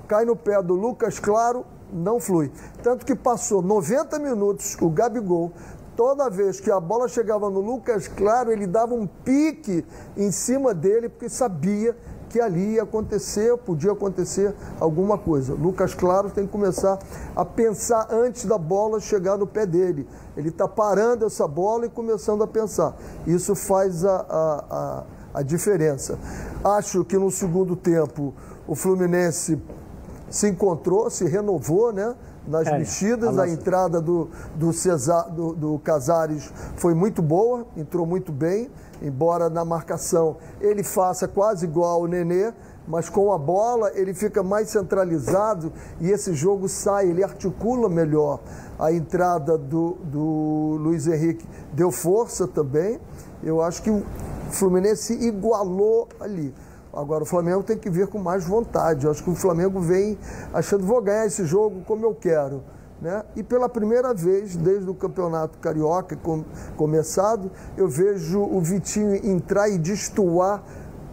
[SPEAKER 3] cai no pé do Lucas Claro, não flui. Tanto que passou noventa minutos, o Gabigol, toda vez que a bola chegava no Lucas Claro, ele dava um pique em cima dele, porque sabia que ali ia acontecer, podia acontecer alguma coisa. Lucas Claro tem que começar a pensar antes da bola chegar no pé dele. Ele está parando essa bola e começando a pensar. Isso faz a, a, a, a diferença. Acho que no segundo tempo o Fluminense se encontrou, se renovou, né? Nas é, mexidas, a, a entrada do, do, Cesar, do, do Casares foi muito boa, entrou muito bem, embora na marcação ele faça quase igual ao Nenê, mas com a bola ele fica mais centralizado e esse jogo sai, ele articula melhor. A entrada do, do Luiz Henrique deu força também, eu acho que o Fluminense igualou ali. Agora, o Flamengo tem que vir com mais vontade. Eu acho que o Flamengo vem achando, vou ganhar esse jogo como eu quero. Né? E pela primeira vez, desde o Campeonato Carioca com, começado, eu vejo o Vitinho entrar e destoar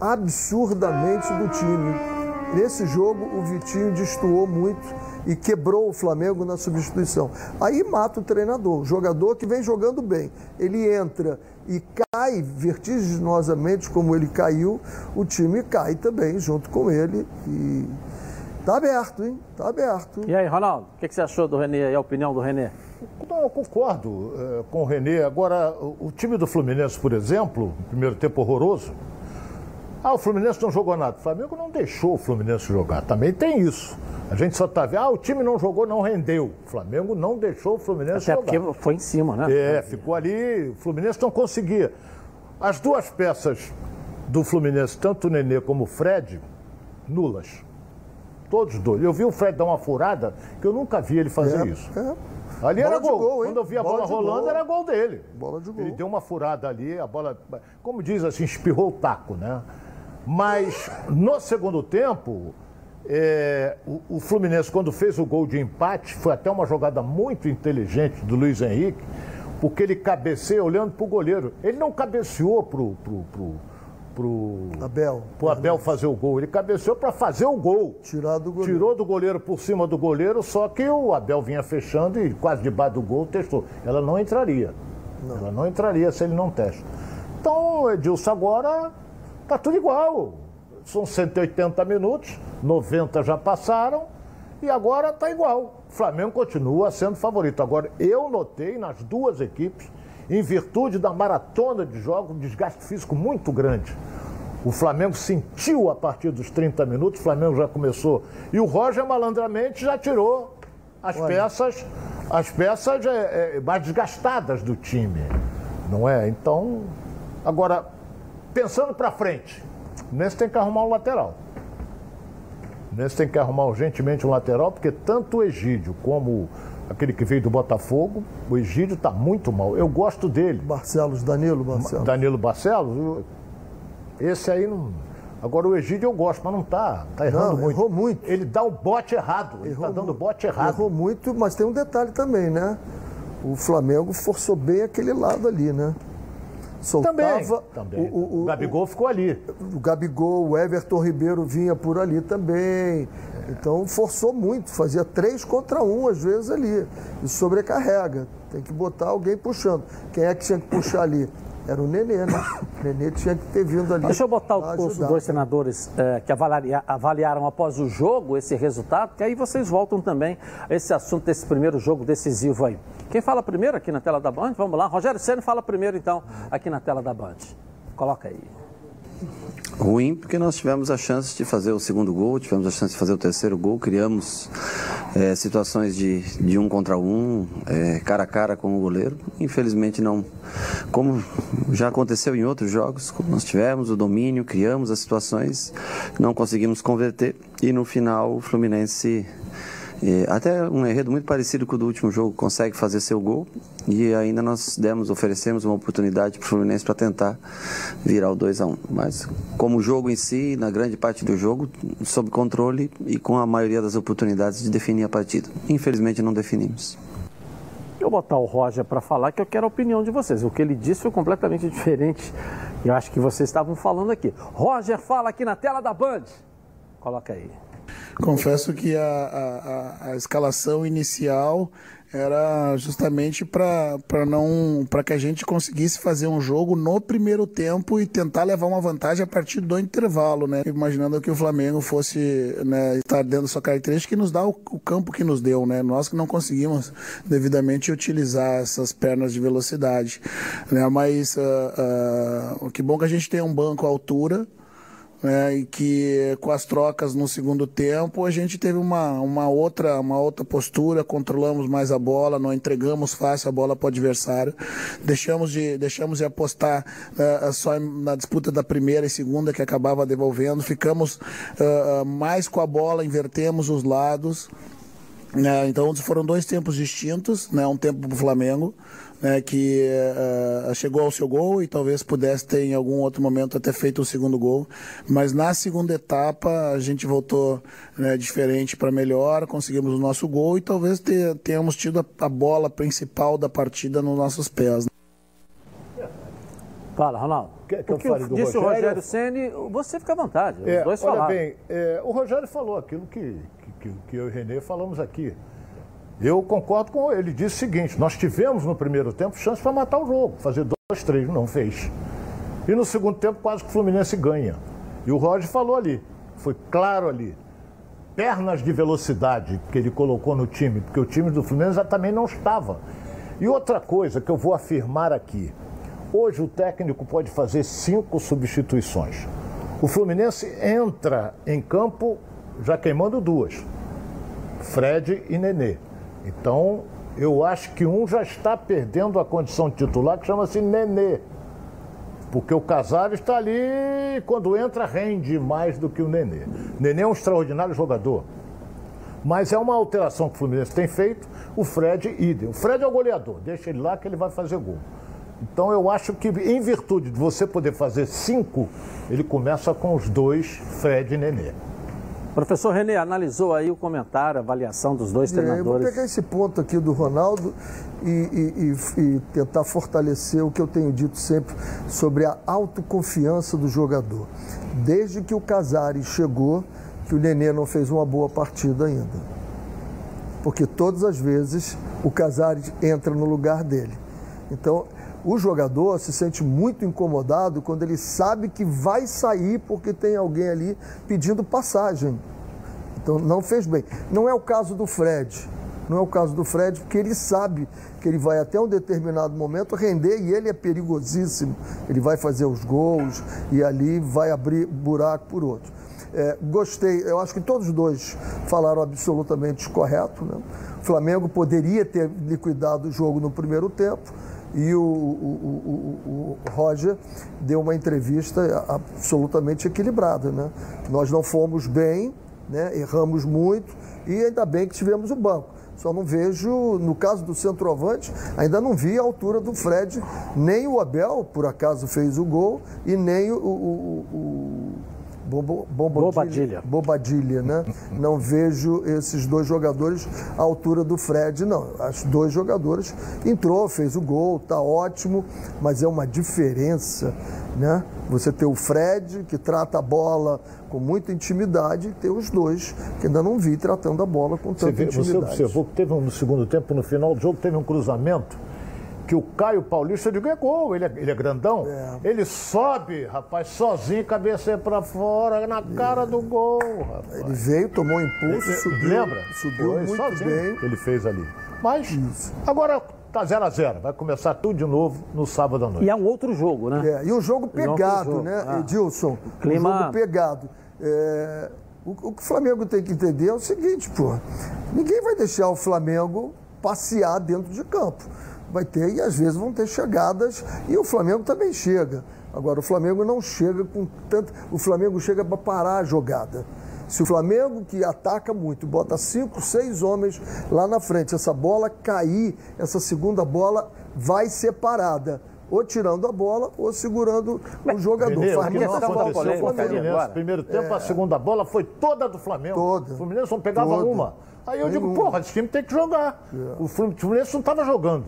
[SPEAKER 3] absurdamente do time. Nesse jogo, o Vitinho destoou muito e quebrou o Flamengo na substituição. Aí mata o treinador, o jogador que vem jogando bem. Ele entra e cai vertiginosamente como ele caiu, o time cai também junto com ele e tá aberto, hein? Tá aberto.
[SPEAKER 4] E aí, Ronaldo, o que, que você achou do Renê e a opinião do Renê?
[SPEAKER 5] Não, eu concordo é, com o Renê. Agora, o, o time do Fluminense, por exemplo, no primeiro tempo horroroso, ah, o Fluminense não jogou nada. O Flamengo não deixou o Fluminense jogar. Também tem isso. A gente só tá vendo, ah, o time não jogou, não rendeu. O Flamengo não deixou o Fluminense
[SPEAKER 4] Até
[SPEAKER 5] jogar.
[SPEAKER 4] porque foi em cima, né?
[SPEAKER 5] É, ficou ali, o Fluminense não conseguia. As duas peças do Fluminense, tanto o Nenê como o Fred, nulas. Todos os dois. Eu vi o Fred dar uma furada que eu nunca vi ele fazer
[SPEAKER 3] é,
[SPEAKER 5] isso.
[SPEAKER 3] É.
[SPEAKER 5] Ali
[SPEAKER 3] bola
[SPEAKER 5] era gol.
[SPEAKER 3] gol
[SPEAKER 5] Quando eu vi a bola, bola rolando, gol. Era gol dele.
[SPEAKER 3] Bola de gol.
[SPEAKER 5] Ele deu uma furada ali, a bola, como diz assim, espirrou o taco, né? Mas no segundo tempo, é, o, o Fluminense, quando fez o gol de empate, foi até uma jogada muito inteligente do Luiz Henrique, porque ele cabeceia olhando para o goleiro. Ele não cabeceou para o pro, pro, pro,
[SPEAKER 3] Abel,
[SPEAKER 5] pro Abel fazer o gol, ele cabeceou para fazer o gol.
[SPEAKER 3] Tirar do goleiro.
[SPEAKER 5] Tirou do goleiro por cima do goleiro, só que o Abel vinha fechando e quase debaixo do gol testou. Ela não entraria. Não. Ela não entraria se ele não testa. Então, o Edilson agora... Tá tudo igual, são cento e oitenta minutos, noventa já passaram e agora tá igual. O Flamengo continua sendo favorito. Agora, eu notei nas duas equipes, em virtude da maratona de jogos, um desgaste físico muito grande. O Flamengo sentiu a partir dos trinta minutos, o Flamengo já começou. E o Roger, malandramente, já tirou as Olha. peças, as peças é, é, mais desgastadas do time, não é? Então, agora... Pensando para frente, nesse tem que arrumar um lateral. Nesse tem que arrumar urgentemente um lateral, porque tanto o Egídio como aquele que veio do Botafogo, o Egídio está muito mal. Eu gosto dele.
[SPEAKER 3] Barcelos, Danilo Barcelos.
[SPEAKER 5] Danilo Barcelos, esse aí não... Agora o Egídio eu gosto, mas não está. Está errando não, muito.
[SPEAKER 3] Errou muito.
[SPEAKER 5] Ele dá o bote errado. Ele está dando o bote errado.
[SPEAKER 3] Errou muito, mas tem um detalhe também, né? O Flamengo forçou bem aquele lado ali, né? Soltava,
[SPEAKER 5] também, também. O, o, o Gabigol ficou ali.
[SPEAKER 3] O Gabigol, o Everton Ribeiro vinha por ali também. É. Então forçou muito, fazia três contra um às vezes ali. E sobrecarrega. Tem que botar alguém puxando. Quem é que tinha que puxar ali? Era o Nenê, né? O Nenê tinha que ter vindo ali.
[SPEAKER 4] Deixa eu botar os dois senadores é, que avaliaram, avaliaram após o jogo esse resultado, que aí vocês voltam também a esse assunto desse primeiro jogo decisivo aí. Quem fala primeiro aqui na tela da Band? Vamos lá. Rogério Ceni fala primeiro, então, aqui na tela da Band. Coloca aí.
[SPEAKER 6] Ruim porque nós tivemos a chance de fazer o segundo gol, tivemos a chance de fazer o terceiro gol, criamos é, situações de, de um contra um, é, cara a cara com o goleiro. Infelizmente não, como já aconteceu em outros jogos, nós tivemos o domínio, criamos as situações, não conseguimos converter e no final o Fluminense... É, até um enredo muito parecido com o do último jogo, consegue fazer seu gol e ainda nós demos, oferecemos uma oportunidade para o Fluminense para tentar virar o dois a um. Mas como o jogo em si, na grande parte do jogo, sob controle e com a maioria das oportunidades de definir a partida. Infelizmente não definimos.
[SPEAKER 4] Eu vou botar o Roger para falar que eu quero a opinião de vocês. O que ele disse foi completamente diferente. Eu acho que vocês estavam falando aqui. Roger fala aqui na tela da Band. Coloca aí.
[SPEAKER 7] Confesso que a, a, a, a escalação inicial era justamente para não para que a gente conseguisse fazer um jogo no primeiro tempo e tentar levar uma vantagem a partir do intervalo, né? Imaginando que o Flamengo fosse, né, estar dentro da sua característica que nos dá o, o campo que nos deu, né? Nós que não conseguimos devidamente utilizar essas pernas de velocidade, né? Mas uh, uh, que bom que a gente tem um banco à altura. É, e que com as trocas no segundo tempo a gente teve uma, uma, outra, uma outra postura, controlamos mais a bola, não entregamos fácil a bola para o adversário, deixamos de, deixamos de apostar uh, só na disputa da primeira e segunda que acabava devolvendo, ficamos uh, mais com a bola, invertemos os lados. É, então foram dois tempos distintos, né? Um tempo para o Flamengo, né, que uh, chegou ao seu gol e talvez pudesse ter em algum outro momento até feito o segundo gol, mas na segunda etapa a gente voltou, né, diferente para melhor, conseguimos o nosso gol e talvez te, tenhamos tido a, a bola principal da partida nos nossos pés.
[SPEAKER 4] Fala, Ronaldo.
[SPEAKER 5] Quer que eu
[SPEAKER 4] o que
[SPEAKER 5] fale do
[SPEAKER 4] disse
[SPEAKER 5] Rogério?
[SPEAKER 4] o Rogério Ceni, você fica à vontade,
[SPEAKER 5] É,
[SPEAKER 4] os dois
[SPEAKER 5] olha
[SPEAKER 4] falaram.
[SPEAKER 5] bem, é, o Rogério falou aquilo que, que, que eu e o Renê falamos aqui. Eu concordo com ele. Ele disse o seguinte: nós tivemos no primeiro tempo chance para matar o jogo, fazer dois, três, não fez. E no segundo tempo quase que o Fluminense ganha. E o Roger falou ali, foi claro ali, pernas de velocidade que ele colocou no time, porque o time do Fluminense já também não estava. E outra coisa que eu vou afirmar aqui, hoje o técnico pode fazer cinco substituições. O Fluminense entra em campo já queimando duas, Fred e Nenê. Então, eu acho que um já está perdendo a condição de titular, que chama-se Nenê. Porque o Casares está ali e quando entra rende mais do que o Nenê. Nenê é um extraordinário jogador. Mas é uma alteração que o Fluminense tem feito, o Fred idem. O Fred é o goleador, deixa ele lá que ele vai fazer gol. Então eu acho que em virtude de você poder fazer cinco, ele começa com os dois, Fred e Nenê.
[SPEAKER 4] Professor Renê, analisou aí o comentário, a avaliação dos dois treinadores.
[SPEAKER 3] Eu vou pegar esse ponto aqui do Ronaldo e, e, e, e tentar fortalecer o que eu tenho dito sempre sobre a autoconfiança do jogador. Desde que o Casares chegou, que o Nenê não fez uma boa partida ainda. Porque todas as vezes o Casares entra no lugar dele. Então, o jogador se sente muito incomodado quando ele sabe que vai sair porque tem alguém ali pedindo passagem. Então, não fez bem. Não é o caso do Fred. Não é o caso do Fred porque ele sabe que ele vai até um determinado momento render e ele é perigosíssimo. Ele vai fazer os gols e ali vai abrir buraco por outro. É, gostei, eu acho que todos os dois falaram absolutamente correto, né? O Flamengo poderia ter liquidado o jogo no primeiro tempo. E o, o, o, o Roger deu uma entrevista absolutamente equilibrada, né? Nós não fomos bem, né? Erramos muito e ainda bem que tivemos o banco. Só não vejo, no caso do centroavante, ainda não vi a altura do Fred, nem o Abel, por acaso, fez o gol, e nem o... o, o Bobo,
[SPEAKER 4] Bobadilha.
[SPEAKER 3] Bobadilha, né? Não vejo esses dois jogadores à altura do Fred, não. Os dois jogadores entrou, fez o gol, tá ótimo, mas é uma diferença, né? Você ter o Fred, que trata a bola com muita intimidade, e ter os dois, que ainda não vi tratando a bola com tanta
[SPEAKER 5] você vê,
[SPEAKER 3] intimidade.
[SPEAKER 5] Você observou que teve um, no segundo tempo, no final do jogo, teve um cruzamento que o Caio Paulista, eu digo, é gol, ele é, ele é grandão, é. Ele sobe, rapaz, sozinho, cabeça pra fora, na cara é. do gol, rapaz.
[SPEAKER 3] Ele veio, tomou impulso, ele, subiu,
[SPEAKER 5] lembra?
[SPEAKER 3] subiu
[SPEAKER 5] Foi,
[SPEAKER 3] muito
[SPEAKER 5] sozinho,
[SPEAKER 3] bem.
[SPEAKER 5] Ele fez ali. Mas, Isso. agora tá zero a zero, vai começar tudo de novo no sábado à noite.
[SPEAKER 4] E é um outro jogo, né?
[SPEAKER 3] É, e um jogo pegado, um jogo. né, ah. Edilson?
[SPEAKER 4] Clima...
[SPEAKER 3] Um jogo pegado. É, o, o que o Flamengo tem que entender é o seguinte, pô, ninguém vai deixar o Flamengo passear dentro de campo. Vai ter, e às vezes vão ter chegadas, e o Flamengo também chega. Agora, o Flamengo não chega com tanto... O Flamengo chega para parar a jogada. Se o Flamengo, que ataca muito, bota cinco, seis homens lá na frente, essa bola cair, essa segunda bola vai ser parada. Ou tirando a bola, ou segurando Mas, o jogador.
[SPEAKER 5] Renê,
[SPEAKER 3] Faz
[SPEAKER 5] o que não aconteceu com o Fluminense. Primeiro tempo, é... a segunda bola foi toda do Flamengo.
[SPEAKER 3] Toda.
[SPEAKER 5] O Fluminense não pegava
[SPEAKER 3] toda.
[SPEAKER 5] uma. Aí eu digo, porra, esse time tem que jogar. É. O Fluminense não estava jogando.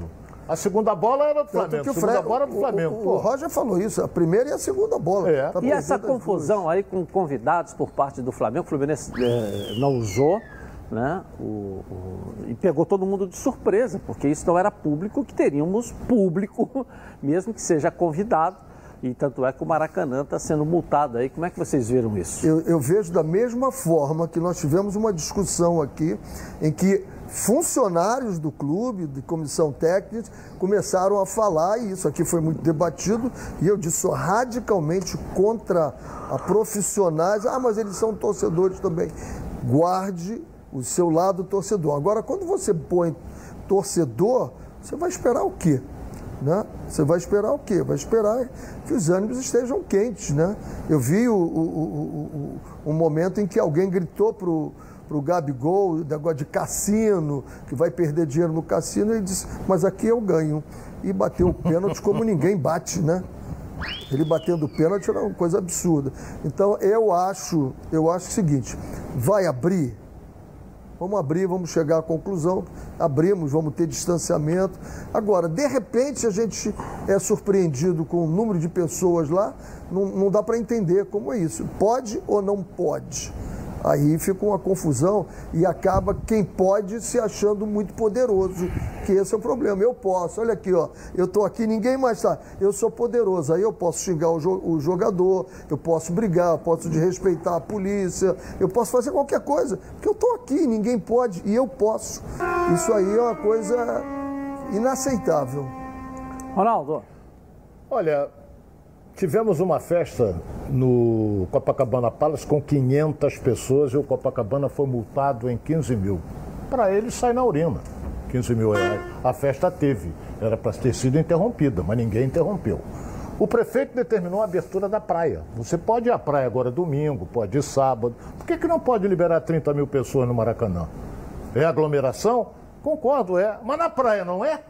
[SPEAKER 5] A segunda bola era do Flamengo,
[SPEAKER 3] que o
[SPEAKER 5] a segunda
[SPEAKER 3] Fred,
[SPEAKER 5] bola era do Flamengo.
[SPEAKER 3] O, o, o Roger falou isso, a primeira e a segunda bola.
[SPEAKER 5] É.
[SPEAKER 3] Tá
[SPEAKER 4] e essa confusão aí com convidados por parte do Flamengo, o Fluminense eh, não usou, né? O, o, e pegou todo mundo de surpresa, porque isso não era público, que teríamos público, mesmo que seja convidado. E tanto é que o Maracanã está sendo multado aí. Como é que vocês viram isso?
[SPEAKER 3] Eu, eu vejo da mesma forma que nós tivemos uma discussão aqui em que funcionários do clube, de comissão técnica, começaram a falar, e isso aqui foi muito debatido, e eu disse, sou radicalmente contra a profissionais. Ah, mas eles são torcedores também. Guarde o seu lado torcedor. Agora, quando você põe torcedor, você vai esperar o quê? Né? Você vai esperar o quê? Vai esperar que os ânimos estejam quentes, né? Eu vi o, o, o, o, o momento em que alguém gritou pro, pro Gabigol, o negócio de cassino, que vai perder dinheiro no cassino, e ele disse, mas aqui eu ganho. E bateu o pênalti como ninguém bate, né? Ele batendo o pênalti era uma coisa absurda. Então, eu acho, eu acho o seguinte, vai abrir? Vamos abrir, vamos chegar à conclusão, abrimos, vamos ter distanciamento. Agora, de repente, a gente é surpreendido com o número de pessoas lá, não, não dá para entender como é isso. Pode ou não pode? Aí fica uma confusão e acaba quem pode se achando muito poderoso, que esse é o problema. Eu posso, olha aqui, ó, eu estou aqui, ninguém mais está, eu sou poderoso, aí eu posso xingar o, jo o jogador, eu posso brigar, eu posso desrespeitar a polícia, eu posso fazer qualquer coisa, porque eu estou aqui, ninguém pode e eu posso. Isso aí é uma coisa inaceitável.
[SPEAKER 4] Ronaldo.
[SPEAKER 5] Olha, tivemos uma festa no Copacabana Palace com quinhentas pessoas e o Copacabana foi multado em quinze mil. Para ele, sai na urina, quinze mil reais. A festa teve, era para ter sido interrompida, mas ninguém interrompeu. O prefeito determinou a abertura da praia. Você pode ir à praia agora domingo, pode ir sábado. Por que que não pode liberar trinta mil pessoas no Maracanã? É aglomeração? Concordo, é. Mas na praia não é?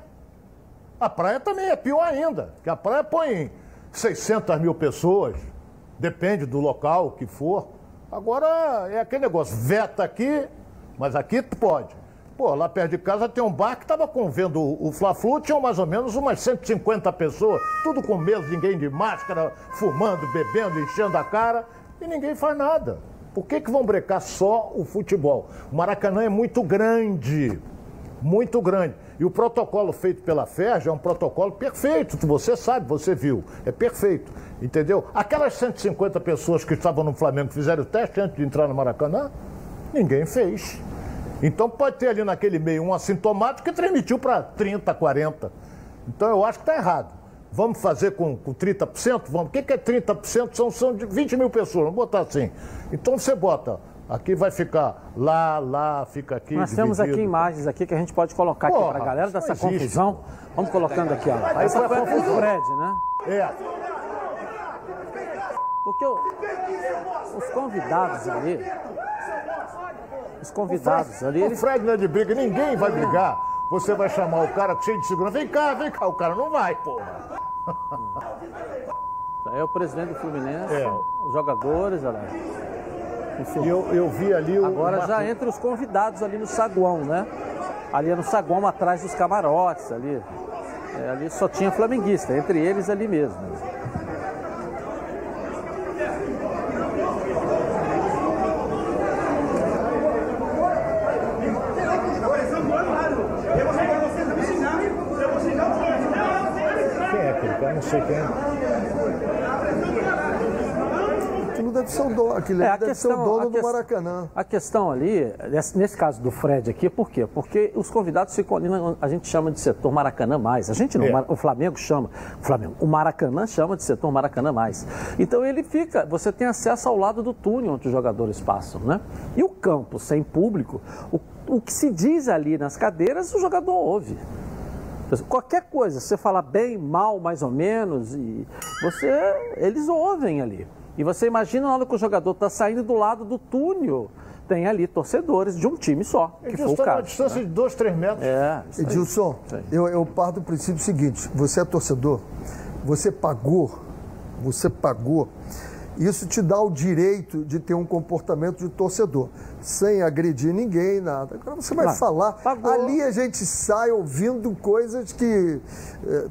[SPEAKER 5] A praia também é pior ainda, que a praia põe seiscentas mil pessoas, depende do local que for. Agora é aquele negócio, veta aqui, mas aqui pode. Pô, lá perto de casa tem um bar que estava vendo o Fla-Flu, tinham mais ou menos umas cento e cinquenta pessoas, tudo com medo, ninguém de máscara, fumando, bebendo, enchendo a cara, e ninguém faz nada. Por que que vão brecar só o futebol? O Maracanã é muito grande, muito grande. E o protocolo feito pela F E R J é um protocolo perfeito, você sabe, você viu, é perfeito, entendeu? Aquelas cento e cinquenta pessoas que estavam no Flamengo fizeram o teste antes de entrar no Maracanã, ninguém fez. Então pode ter ali naquele meio um assintomático que transmitiu para trinta, quarenta. Então eu acho que está errado. Vamos fazer com, com trinta por cento? Vamos. O que, que é trinta por cento? São, são de vinte mil pessoas, vamos botar assim. Então você bota... Aqui vai ficar lá, lá, fica aqui.
[SPEAKER 4] Nós
[SPEAKER 5] dividido.
[SPEAKER 4] Temos aqui imagens aqui que a gente pode colocar Porra, aqui para a galera dessa confusão. Vamos colocando aqui, ó.
[SPEAKER 5] Aí
[SPEAKER 4] Essa foi a
[SPEAKER 5] confusão.
[SPEAKER 4] do Fred, né?
[SPEAKER 5] É.
[SPEAKER 4] Porque o, os convidados ali, os convidados
[SPEAKER 5] o Fred,
[SPEAKER 4] ali...
[SPEAKER 5] O
[SPEAKER 4] eles...
[SPEAKER 5] Fred não é de briga, ninguém vai brigar. Você vai chamar o cara cheio de segurança, vem cá, vem cá. O cara não vai, porra.
[SPEAKER 4] É o presidente do Fluminense,
[SPEAKER 5] É.
[SPEAKER 4] os jogadores, olha lá. Enfim.
[SPEAKER 5] E eu, eu vi ali o...
[SPEAKER 4] Agora já entre os convidados ali no saguão, né? Ali é no saguão atrás dos camarotes ali. É, ali só tinha flamenguista, entre eles ali mesmo.
[SPEAKER 5] Quem é aquele cara? Não sei quem é.
[SPEAKER 3] Aquilo deve ser o dono, aquilo
[SPEAKER 4] É, a
[SPEAKER 3] deve
[SPEAKER 4] questão-
[SPEAKER 3] ser o dono
[SPEAKER 4] a
[SPEAKER 3] do
[SPEAKER 4] questão-
[SPEAKER 3] Maracanã.
[SPEAKER 4] A questão ali, nesse, nesse caso do Fred aqui, por quê? Porque os convidados ficam ali, na- a gente chama de setor Maracanã mais. A gente não,
[SPEAKER 5] É.
[SPEAKER 4] o Flamengo chama, o Flamengo, o Maracanã chama de setor Maracanã mais. Então ele fica, você tem acesso ao lado do túnel onde os jogadores passam, né? E o campo sem público, o, o que se diz ali nas cadeiras, o jogador ouve. Qualquer coisa, se você falar bem, mal, mais ou menos, e você, eles ouvem ali. E você imagina na hora que o jogador está saindo do lado do túnel, tem ali torcedores de um time só, que foi o
[SPEAKER 5] Edilson, uma
[SPEAKER 4] caso.
[SPEAKER 5] distância
[SPEAKER 4] né?
[SPEAKER 5] de dois, três metros.
[SPEAKER 4] É, isso aí.
[SPEAKER 3] Edilson,
[SPEAKER 4] Isso aí.
[SPEAKER 3] eu, eu parto do princípio seguinte, você é torcedor, você pagou, você pagou Isso te dá o direito de ter um comportamento de torcedor, sem agredir ninguém, nada. Agora você vai
[SPEAKER 4] Claro.
[SPEAKER 3] falar,
[SPEAKER 4] Pagou.
[SPEAKER 3] ali a gente sai ouvindo coisas que... É,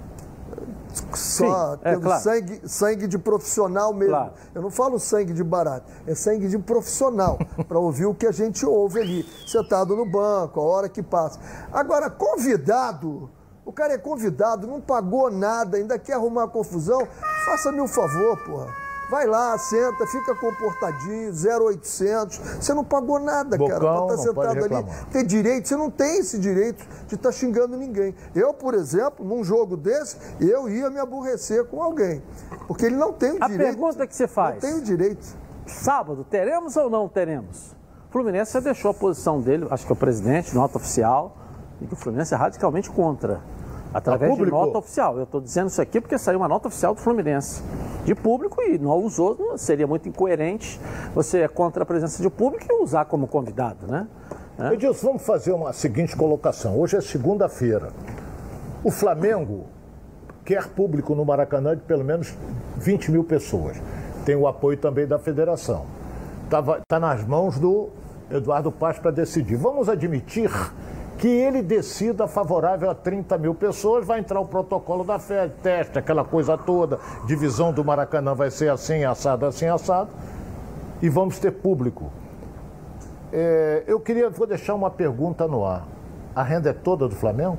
[SPEAKER 3] só
[SPEAKER 4] Sim, é,
[SPEAKER 3] tendo
[SPEAKER 4] claro.
[SPEAKER 3] sangue, sangue de profissional mesmo.
[SPEAKER 4] Claro.
[SPEAKER 3] Eu não falo sangue de barato, é sangue de profissional, para ouvir o que a gente ouve ali, sentado no banco, a hora que passa. Agora, convidado, o cara é convidado, não pagou nada, ainda quer arrumar confusão, faça-me um favor, porra. Vai lá, senta, fica comportadinho, zero oitocentos. Você não pagou nada,
[SPEAKER 5] Bocão,
[SPEAKER 3] cara, para estar
[SPEAKER 5] não pode
[SPEAKER 3] sentado ali.
[SPEAKER 5] reclamar.
[SPEAKER 3] Ter direito, você não tem esse direito de estar xingando ninguém. Eu, por exemplo, num jogo desse, eu ia me aborrecer com alguém. Porque ele não tem o
[SPEAKER 4] A
[SPEAKER 3] direito.
[SPEAKER 4] pergunta que você faz.
[SPEAKER 3] Não tem o direito.
[SPEAKER 4] Sábado, teremos ou não teremos? O Fluminense já deixou a posição dele, acho que é o presidente, nota oficial, e que o Fluminense é radicalmente contra. Através de nota oficial. Eu estou dizendo isso aqui porque saiu uma nota oficial do Fluminense de público e não usou, seria muito incoerente você é contra a presença de público e usar como convidado, né? É.
[SPEAKER 5] Edilson, vamos fazer uma seguinte colocação. Hoje é segunda-feira. O Flamengo quer público no Maracanã de pelo menos vinte mil pessoas. Tem o apoio também da federação. Está tá nas mãos do Eduardo Paz para decidir. Vamos admitir que ele decida favorável a trinta mil pessoas, vai entrar o protocolo da F E D, teste, aquela coisa toda, divisão do Maracanã vai ser assim, assado, assim, assado, e vamos ter público. É, eu queria, vou deixar uma pergunta no ar. A renda é toda do Flamengo?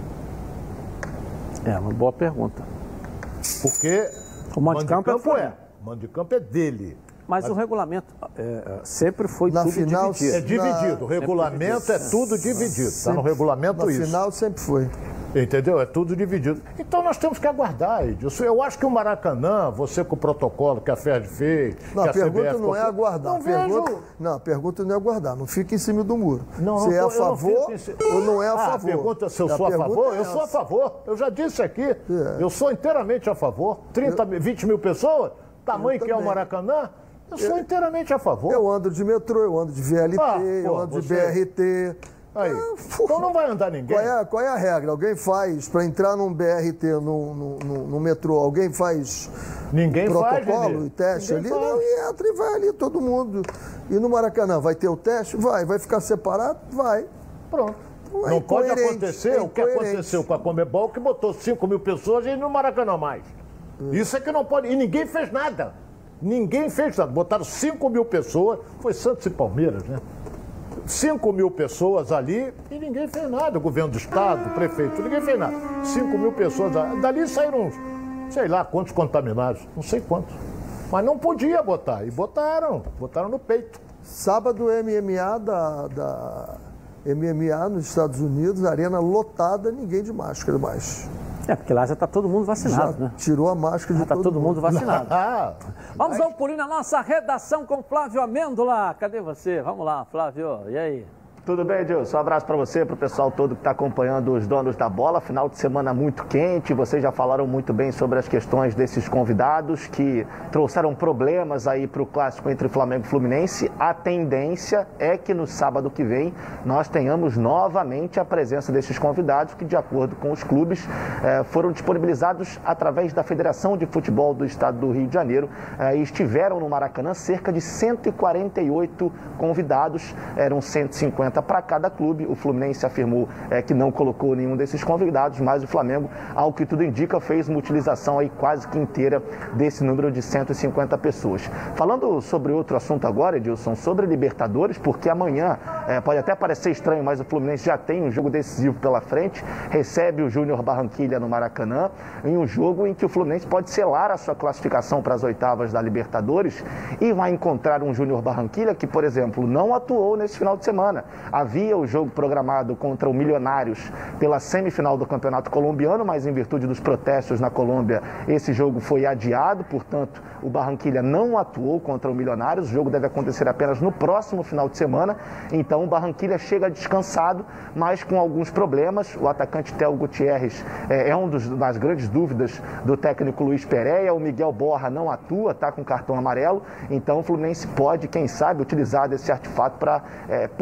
[SPEAKER 4] É uma boa pergunta.
[SPEAKER 5] Porque
[SPEAKER 4] O mando de campo é do Flamengo.
[SPEAKER 5] O mando de campo é dele.
[SPEAKER 4] Mas, Mas o regulamento é, sempre foi
[SPEAKER 3] Na
[SPEAKER 4] tudo
[SPEAKER 3] final,
[SPEAKER 4] dividido.
[SPEAKER 5] É dividido. O regulamento é tudo dividido. Está no regulamento
[SPEAKER 3] Na
[SPEAKER 5] isso.
[SPEAKER 3] final sempre foi.
[SPEAKER 5] Entendeu? É tudo dividido. Então nós temos que aguardar, Edilson. Eu acho que o Maracanã, você com o protocolo que a F E D fez,
[SPEAKER 3] Não,
[SPEAKER 5] que
[SPEAKER 3] a
[SPEAKER 5] a C B F
[SPEAKER 3] pergunta não é aguardar.
[SPEAKER 5] Não
[SPEAKER 3] a pergunta,
[SPEAKER 5] vejo.
[SPEAKER 3] não, a pergunta não é aguardar. Não fica em cima do muro.
[SPEAKER 5] Não,
[SPEAKER 3] se é
[SPEAKER 5] eu
[SPEAKER 3] a
[SPEAKER 5] não
[SPEAKER 3] favor
[SPEAKER 5] fico em cima.
[SPEAKER 3] ou não é a
[SPEAKER 5] Ah,
[SPEAKER 3] favor.
[SPEAKER 5] A pergunta se eu
[SPEAKER 3] A
[SPEAKER 5] sou a
[SPEAKER 3] pergunta
[SPEAKER 5] favor?
[SPEAKER 3] é
[SPEAKER 5] Eu sou a
[SPEAKER 3] essa.
[SPEAKER 5] favor. Eu já disse aqui.
[SPEAKER 3] É.
[SPEAKER 5] Eu sou inteiramente a favor. trinta, vinte mil pessoas, tamanho que é o
[SPEAKER 3] também.
[SPEAKER 5] Maracanã, eu sou inteiramente a favor.
[SPEAKER 3] Eu ando de metrô, eu ando de V L T,
[SPEAKER 5] Ah,
[SPEAKER 3] eu
[SPEAKER 5] pô,
[SPEAKER 3] ando de
[SPEAKER 5] você-
[SPEAKER 3] B R T.
[SPEAKER 5] Aí.
[SPEAKER 3] Ah,
[SPEAKER 5] Então não vai andar ninguém.
[SPEAKER 3] Qual é, qual é a regra? Alguém faz, para entrar num B R T, no, no, no, no metrô, alguém faz
[SPEAKER 5] Ninguém faz,
[SPEAKER 3] protocolo
[SPEAKER 5] Nenê.
[SPEAKER 3] e teste
[SPEAKER 5] Ninguém
[SPEAKER 3] ali?
[SPEAKER 5] faz.
[SPEAKER 3] Não, e entra e vai ali todo mundo. E no Maracanã, vai ter o teste? Vai. Vai ficar separado? Vai.
[SPEAKER 5] Pronto.
[SPEAKER 3] Então é
[SPEAKER 5] Não pode
[SPEAKER 3] incoerente,
[SPEAKER 5] acontecer
[SPEAKER 3] é
[SPEAKER 5] o que
[SPEAKER 3] incoerente.
[SPEAKER 5] aconteceu com a Comebol, que botou cinco mil pessoas e no Maracanã mais. Isso é que não pode. E ninguém fez nada. Ninguém fez nada. Botaram cinco mil pessoas. Foi Santos e Palmeiras, né? cinco mil pessoas ali e ninguém fez nada. O governo do estado, o prefeito, ninguém fez nada. cinco mil pessoas. Dali saíram uns, sei lá quantos contaminados. Não sei quantos. Mas não podia botar. E botaram. Botaram no peito.
[SPEAKER 3] Sábado, M M A da, da M M A nos Estados Unidos, arena lotada, ninguém de máscara mais.
[SPEAKER 4] É, porque lá já está todo mundo vacinado,
[SPEAKER 3] Já
[SPEAKER 4] né?
[SPEAKER 3] tirou a máscara
[SPEAKER 4] Já
[SPEAKER 3] de
[SPEAKER 4] está
[SPEAKER 3] todo,
[SPEAKER 4] todo mundo vacinado.
[SPEAKER 5] Ah,
[SPEAKER 4] Vamos dar um pulinho na nossa redação com Flávio Amêndola. Cadê você? Vamos lá, Flávio. E aí?
[SPEAKER 2] Tudo bem, Edilson? Um abraço para você, para o pessoal todo que está acompanhando os donos da bola. Final de semana muito quente. Vocês já falaram muito bem sobre as questões desses convidados que trouxeram problemas aí para o clássico entre Flamengo e Fluminense. A tendência é que no sábado que vem nós tenhamos novamente a presença desses convidados que, de acordo com os clubes, eh, foram disponibilizados através da Federação de Futebol do Estado do Rio de Janeiro eh, e estiveram no Maracanã cerca de cento e quarenta e oito convidados. Eram cento e cinquenta para cada clube. O Fluminense afirmou é, que não colocou nenhum desses convidados, mas o Flamengo, ao que tudo indica, fez uma utilização aí quase que inteira desse número de cento e cinquenta pessoas. Falando sobre outro assunto agora, Edilson, sobre Libertadores, porque amanhã, é, pode até parecer estranho, mas o Fluminense já tem um jogo decisivo pela frente, recebe o Júnior Barranquilla no Maracanã, em um jogo em que o Fluminense pode selar a sua classificação para as oitavas da Libertadores e vai encontrar um Júnior Barranquilla que, por exemplo, não atuou nesse final de semana. Havia o jogo programado contra o Milionários pela semifinal do Campeonato Colombiano, mas em virtude dos protestos na Colômbia, esse jogo foi adiado, portanto, o Barranquilla não atuou contra o Milionários. O jogo deve acontecer apenas no próximo final de semana, então o Barranquilla chega descansado, mas com alguns problemas. O atacante Theo Gutierrez é, é um dos, das grandes dúvidas do técnico Luiz Pereira. O Miguel Borja não atua, está com cartão amarelo, então o Fluminense pode, quem sabe, utilizar desse artefato para é, poder vencer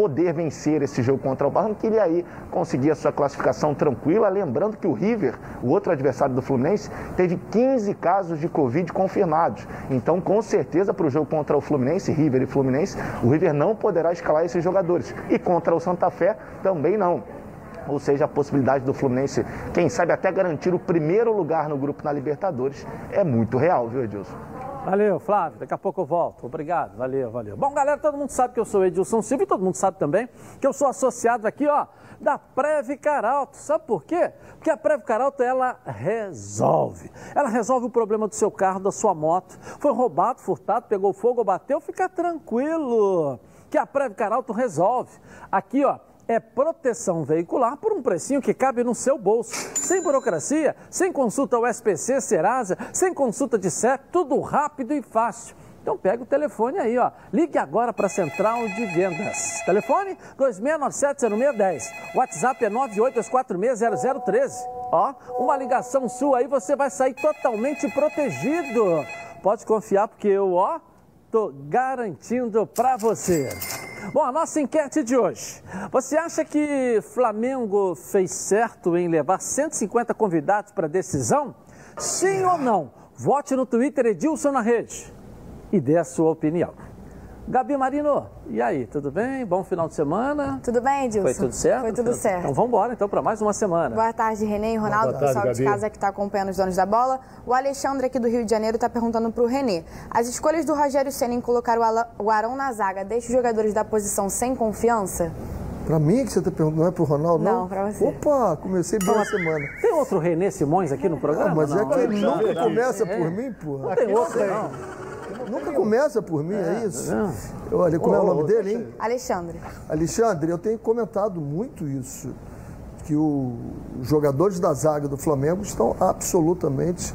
[SPEAKER 2] vencer esse jogo contra o Barcelona, queria aí conseguir a sua classificação tranquila, lembrando que o River, o outro adversário do Fluminense, teve quinze casos de Covid confirmados. Então, com certeza, para o jogo contra o Fluminense, River e Fluminense, o River não poderá escalar esses jogadores. E contra o Santa Fé, também não. Ou seja, a possibilidade do Fluminense, quem sabe até garantir o primeiro lugar no grupo na Libertadores, é muito real, viu, Edilson?
[SPEAKER 4] Valeu, Flávio. Daqui a pouco eu volto. Obrigado. Valeu, valeu. Bom, galera, todo mundo sabe que eu sou Edilson Silva e todo mundo sabe também que eu sou associado aqui, ó, da Previcar Auto. Sabe por quê? Porque a Previcar Auto, ela resolve. Ela resolve o problema do seu carro, da sua moto. Foi roubado, furtado, pegou fogo ou bateu, fica tranquilo. Que a Previcar Auto resolve. Aqui, ó, é proteção veicular por um precinho que cabe no seu bolso. Sem burocracia, sem consulta ao S P C, Serasa, sem consulta de C E P, tudo rápido e fácil. Então pega o telefone aí, ó. Ligue agora para a Central de Vendas. Telefone dois seis nove sete zero seis um zero. WhatsApp é nove oito dois quatro seis zero zero um três. Ó, uma ligação sua aí, você vai sair totalmente protegido. Pode confiar porque eu, ó, tô garantindo para você. Bom, a nossa enquete de hoje. Você acha que Flamengo fez certo em levar cento e cinquenta convidados para a decisão? Sim ou não? Vote no Twitter Edilson na Rede e dê a sua opinião. Gabi Marino, e aí, tudo bem? Bom final de semana?
[SPEAKER 8] Tudo bem, Edilson?
[SPEAKER 4] Foi tudo certo?
[SPEAKER 8] Foi tudo certo.
[SPEAKER 4] Então vamos embora então para mais uma semana.
[SPEAKER 8] Boa tarde, Renê e Ronaldo,
[SPEAKER 5] Boa tarde,
[SPEAKER 8] pessoal de
[SPEAKER 5] Gabi.
[SPEAKER 8] casa que está acompanhando os donos da bola. O Alexandre aqui do Rio de Janeiro está perguntando para o Renê. As escolhas do Rogério Ceni em colocar o, Ala, o Arão na zaga deixam os jogadores da posição sem confiança?
[SPEAKER 3] Pra mim que você tá perguntando, não é pro Ronaldo, não?
[SPEAKER 8] Não, pra você.
[SPEAKER 3] Opa, comecei bem a semana.
[SPEAKER 4] Tem outro Renê Simões aqui no programa?
[SPEAKER 3] Ah, mas
[SPEAKER 4] não,
[SPEAKER 3] é que ele
[SPEAKER 4] não,
[SPEAKER 3] nunca
[SPEAKER 4] não,
[SPEAKER 3] começa
[SPEAKER 4] é.
[SPEAKER 3] por mim, porra.
[SPEAKER 4] Não tem outro, não.
[SPEAKER 3] Nunca começa por mim, é, é isso?
[SPEAKER 4] Não.
[SPEAKER 3] Olha, como é o nome
[SPEAKER 5] oh,
[SPEAKER 3] dele, hein?
[SPEAKER 8] Alexandre.
[SPEAKER 3] Alexandre, eu tenho comentado muito isso, que o- os jogadores da zaga do Flamengo estão absolutamente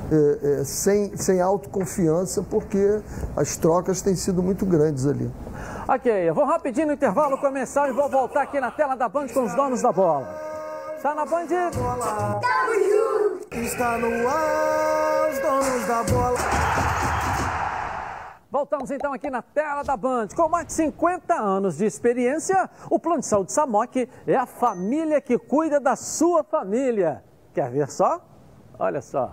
[SPEAKER 3] é, é, sem, sem autoconfiança, porque as trocas têm sido muito grandes ali.
[SPEAKER 4] Ok, eu vou rapidinho no intervalo começar e vou voltar aqui na tela da Band com os donos da bola. Está na Band?
[SPEAKER 9] Está no ar, os donos da bola.
[SPEAKER 4] Voltamos então aqui na tela da Band. Com mais de cinquenta anos de experiência, o Plano de Saúde Samok é a família que cuida da sua família. Quer ver só? Olha só.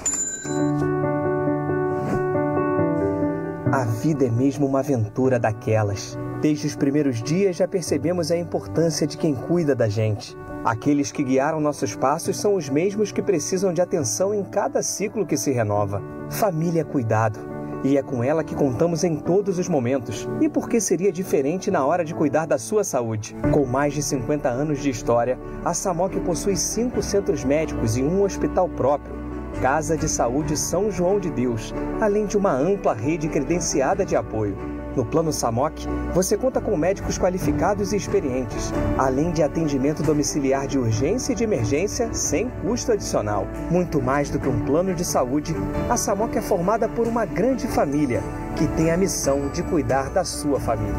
[SPEAKER 10] A vida é mesmo uma aventura daquelas. Desde os primeiros dias já percebemos a importância de quem cuida da gente. Aqueles que guiaram nossos passos são os mesmos que precisam de atenção em cada ciclo que se renova. Família é cuidado. E é com ela que contamos em todos os momentos. E por que seria diferente na hora de cuidar da sua saúde? Com mais de cinquenta anos de história, a Samok possui cinco centros médicos e um hospital próprio. Casa de Saúde São João de Deus, além de uma ampla rede credenciada de apoio. No Plano Samok, você conta com médicos qualificados e experientes, além de atendimento domiciliar de urgência e de emergência sem custo adicional. Muito mais do que um plano de saúde, a Samok é formada por uma grande família que tem a missão de cuidar da sua família.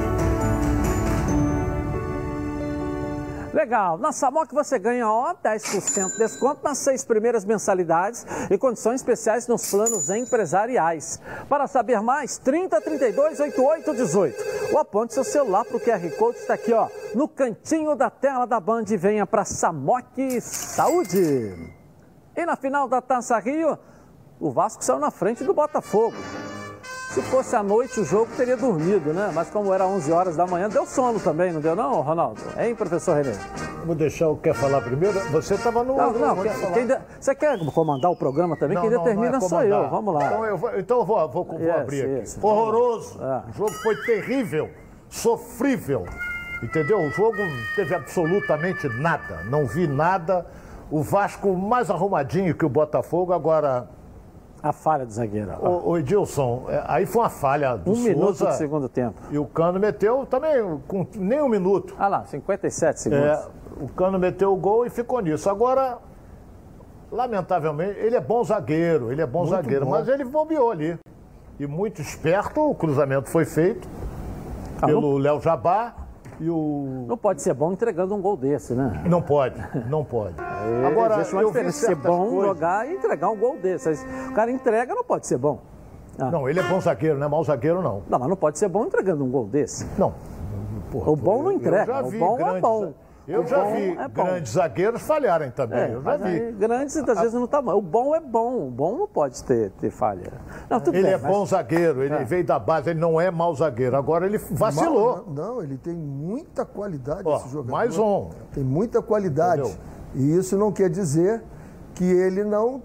[SPEAKER 4] Legal, na Samok você ganha ó, dez por cento de desconto nas seis primeiras mensalidades e condições especiais nos planos empresariais. Para saber mais, trinta, trinta e dois, oitenta e oito, dezoito. Ou aponte seu celular para o Q R Code, está aqui ó, no cantinho da tela da Band e venha para Samok Saúde. E na final da Taça Rio, o Vasco saiu na frente do Botafogo. Se fosse à noite, o jogo teria dormido, né? Mas como era onze horas da manhã, deu sono também, não deu não, Ronaldo? Hein, professor Renê?
[SPEAKER 5] Vou deixar o que quer falar primeiro. Você estava no...
[SPEAKER 4] Não, não,
[SPEAKER 5] vou
[SPEAKER 4] quem,
[SPEAKER 5] te falar.
[SPEAKER 4] quem de... você quer comandar o programa também?
[SPEAKER 5] Não,
[SPEAKER 4] quem
[SPEAKER 5] não,
[SPEAKER 4] determina
[SPEAKER 5] não é
[SPEAKER 4] sou eu,
[SPEAKER 5] comandar.
[SPEAKER 4] vamos lá.
[SPEAKER 5] Então eu vou, então eu vou, vou, vou
[SPEAKER 4] Yes,
[SPEAKER 5] abrir aqui.
[SPEAKER 4] yes.
[SPEAKER 5] Horroroso.
[SPEAKER 4] Ah.
[SPEAKER 5] O jogo foi terrível, sofrível. Entendeu? O jogo não teve absolutamente nada. Não vi nada. O Vasco mais arrumadinho que o Botafogo. Agora,
[SPEAKER 4] A falha do zagueiro. ó.
[SPEAKER 5] o, o Edilson, é, aí foi uma falha do
[SPEAKER 4] Um
[SPEAKER 5] Souza.
[SPEAKER 4] minuto do segundo tempo.
[SPEAKER 5] E o Cano meteu também com nem um minuto.
[SPEAKER 4] Ah lá, cinquenta e sete segundos.
[SPEAKER 5] É, o Cano meteu o gol e ficou nisso. Agora, lamentavelmente, ele é bom zagueiro, ele é bom
[SPEAKER 3] Muito
[SPEAKER 5] zagueiro,
[SPEAKER 3] bom.
[SPEAKER 5] mas ele bobeou ali. E muito esperto, o cruzamento foi feito
[SPEAKER 4] Ah,
[SPEAKER 5] pelo Léo Jabá e o...
[SPEAKER 4] Não pode ser bom entregando um gol desse, né?
[SPEAKER 5] Não pode, não pode.
[SPEAKER 4] Agora, existe uma
[SPEAKER 5] eu vi
[SPEAKER 4] diferença ser
[SPEAKER 5] certas
[SPEAKER 4] bom
[SPEAKER 5] coisas-
[SPEAKER 4] jogar e entregar um gol desse. O cara entrega, não pode ser bom. Ah.
[SPEAKER 5] Não, ele é bom zagueiro, não é mau zagueiro, não.
[SPEAKER 4] Não, mas não pode ser bom entregando um gol desse.
[SPEAKER 5] Não, Pô,
[SPEAKER 4] o bom não entrega, o bom
[SPEAKER 5] grandes,
[SPEAKER 4] é bom.
[SPEAKER 5] Eu
[SPEAKER 4] o
[SPEAKER 5] já
[SPEAKER 4] bom
[SPEAKER 5] vi
[SPEAKER 4] é
[SPEAKER 5] grandes zagueiros falharem também,
[SPEAKER 4] é,
[SPEAKER 5] eu já vi.
[SPEAKER 4] Aí, grandes, muitas vezes, não tá bom. O bom é bom, o bom não pode ter, ter falha. Não, tudo
[SPEAKER 5] ele
[SPEAKER 4] bem,
[SPEAKER 5] é
[SPEAKER 4] mas...
[SPEAKER 5] bom zagueiro, ele é. veio da base, ele não é mau zagueiro. Agora ele vacilou.
[SPEAKER 3] Mal, não, não, ele tem muita qualidade,
[SPEAKER 5] Ó,
[SPEAKER 3] esse jogador.
[SPEAKER 5] mais um.
[SPEAKER 3] Tem muita qualidade. Entendeu? E isso não quer dizer que ele não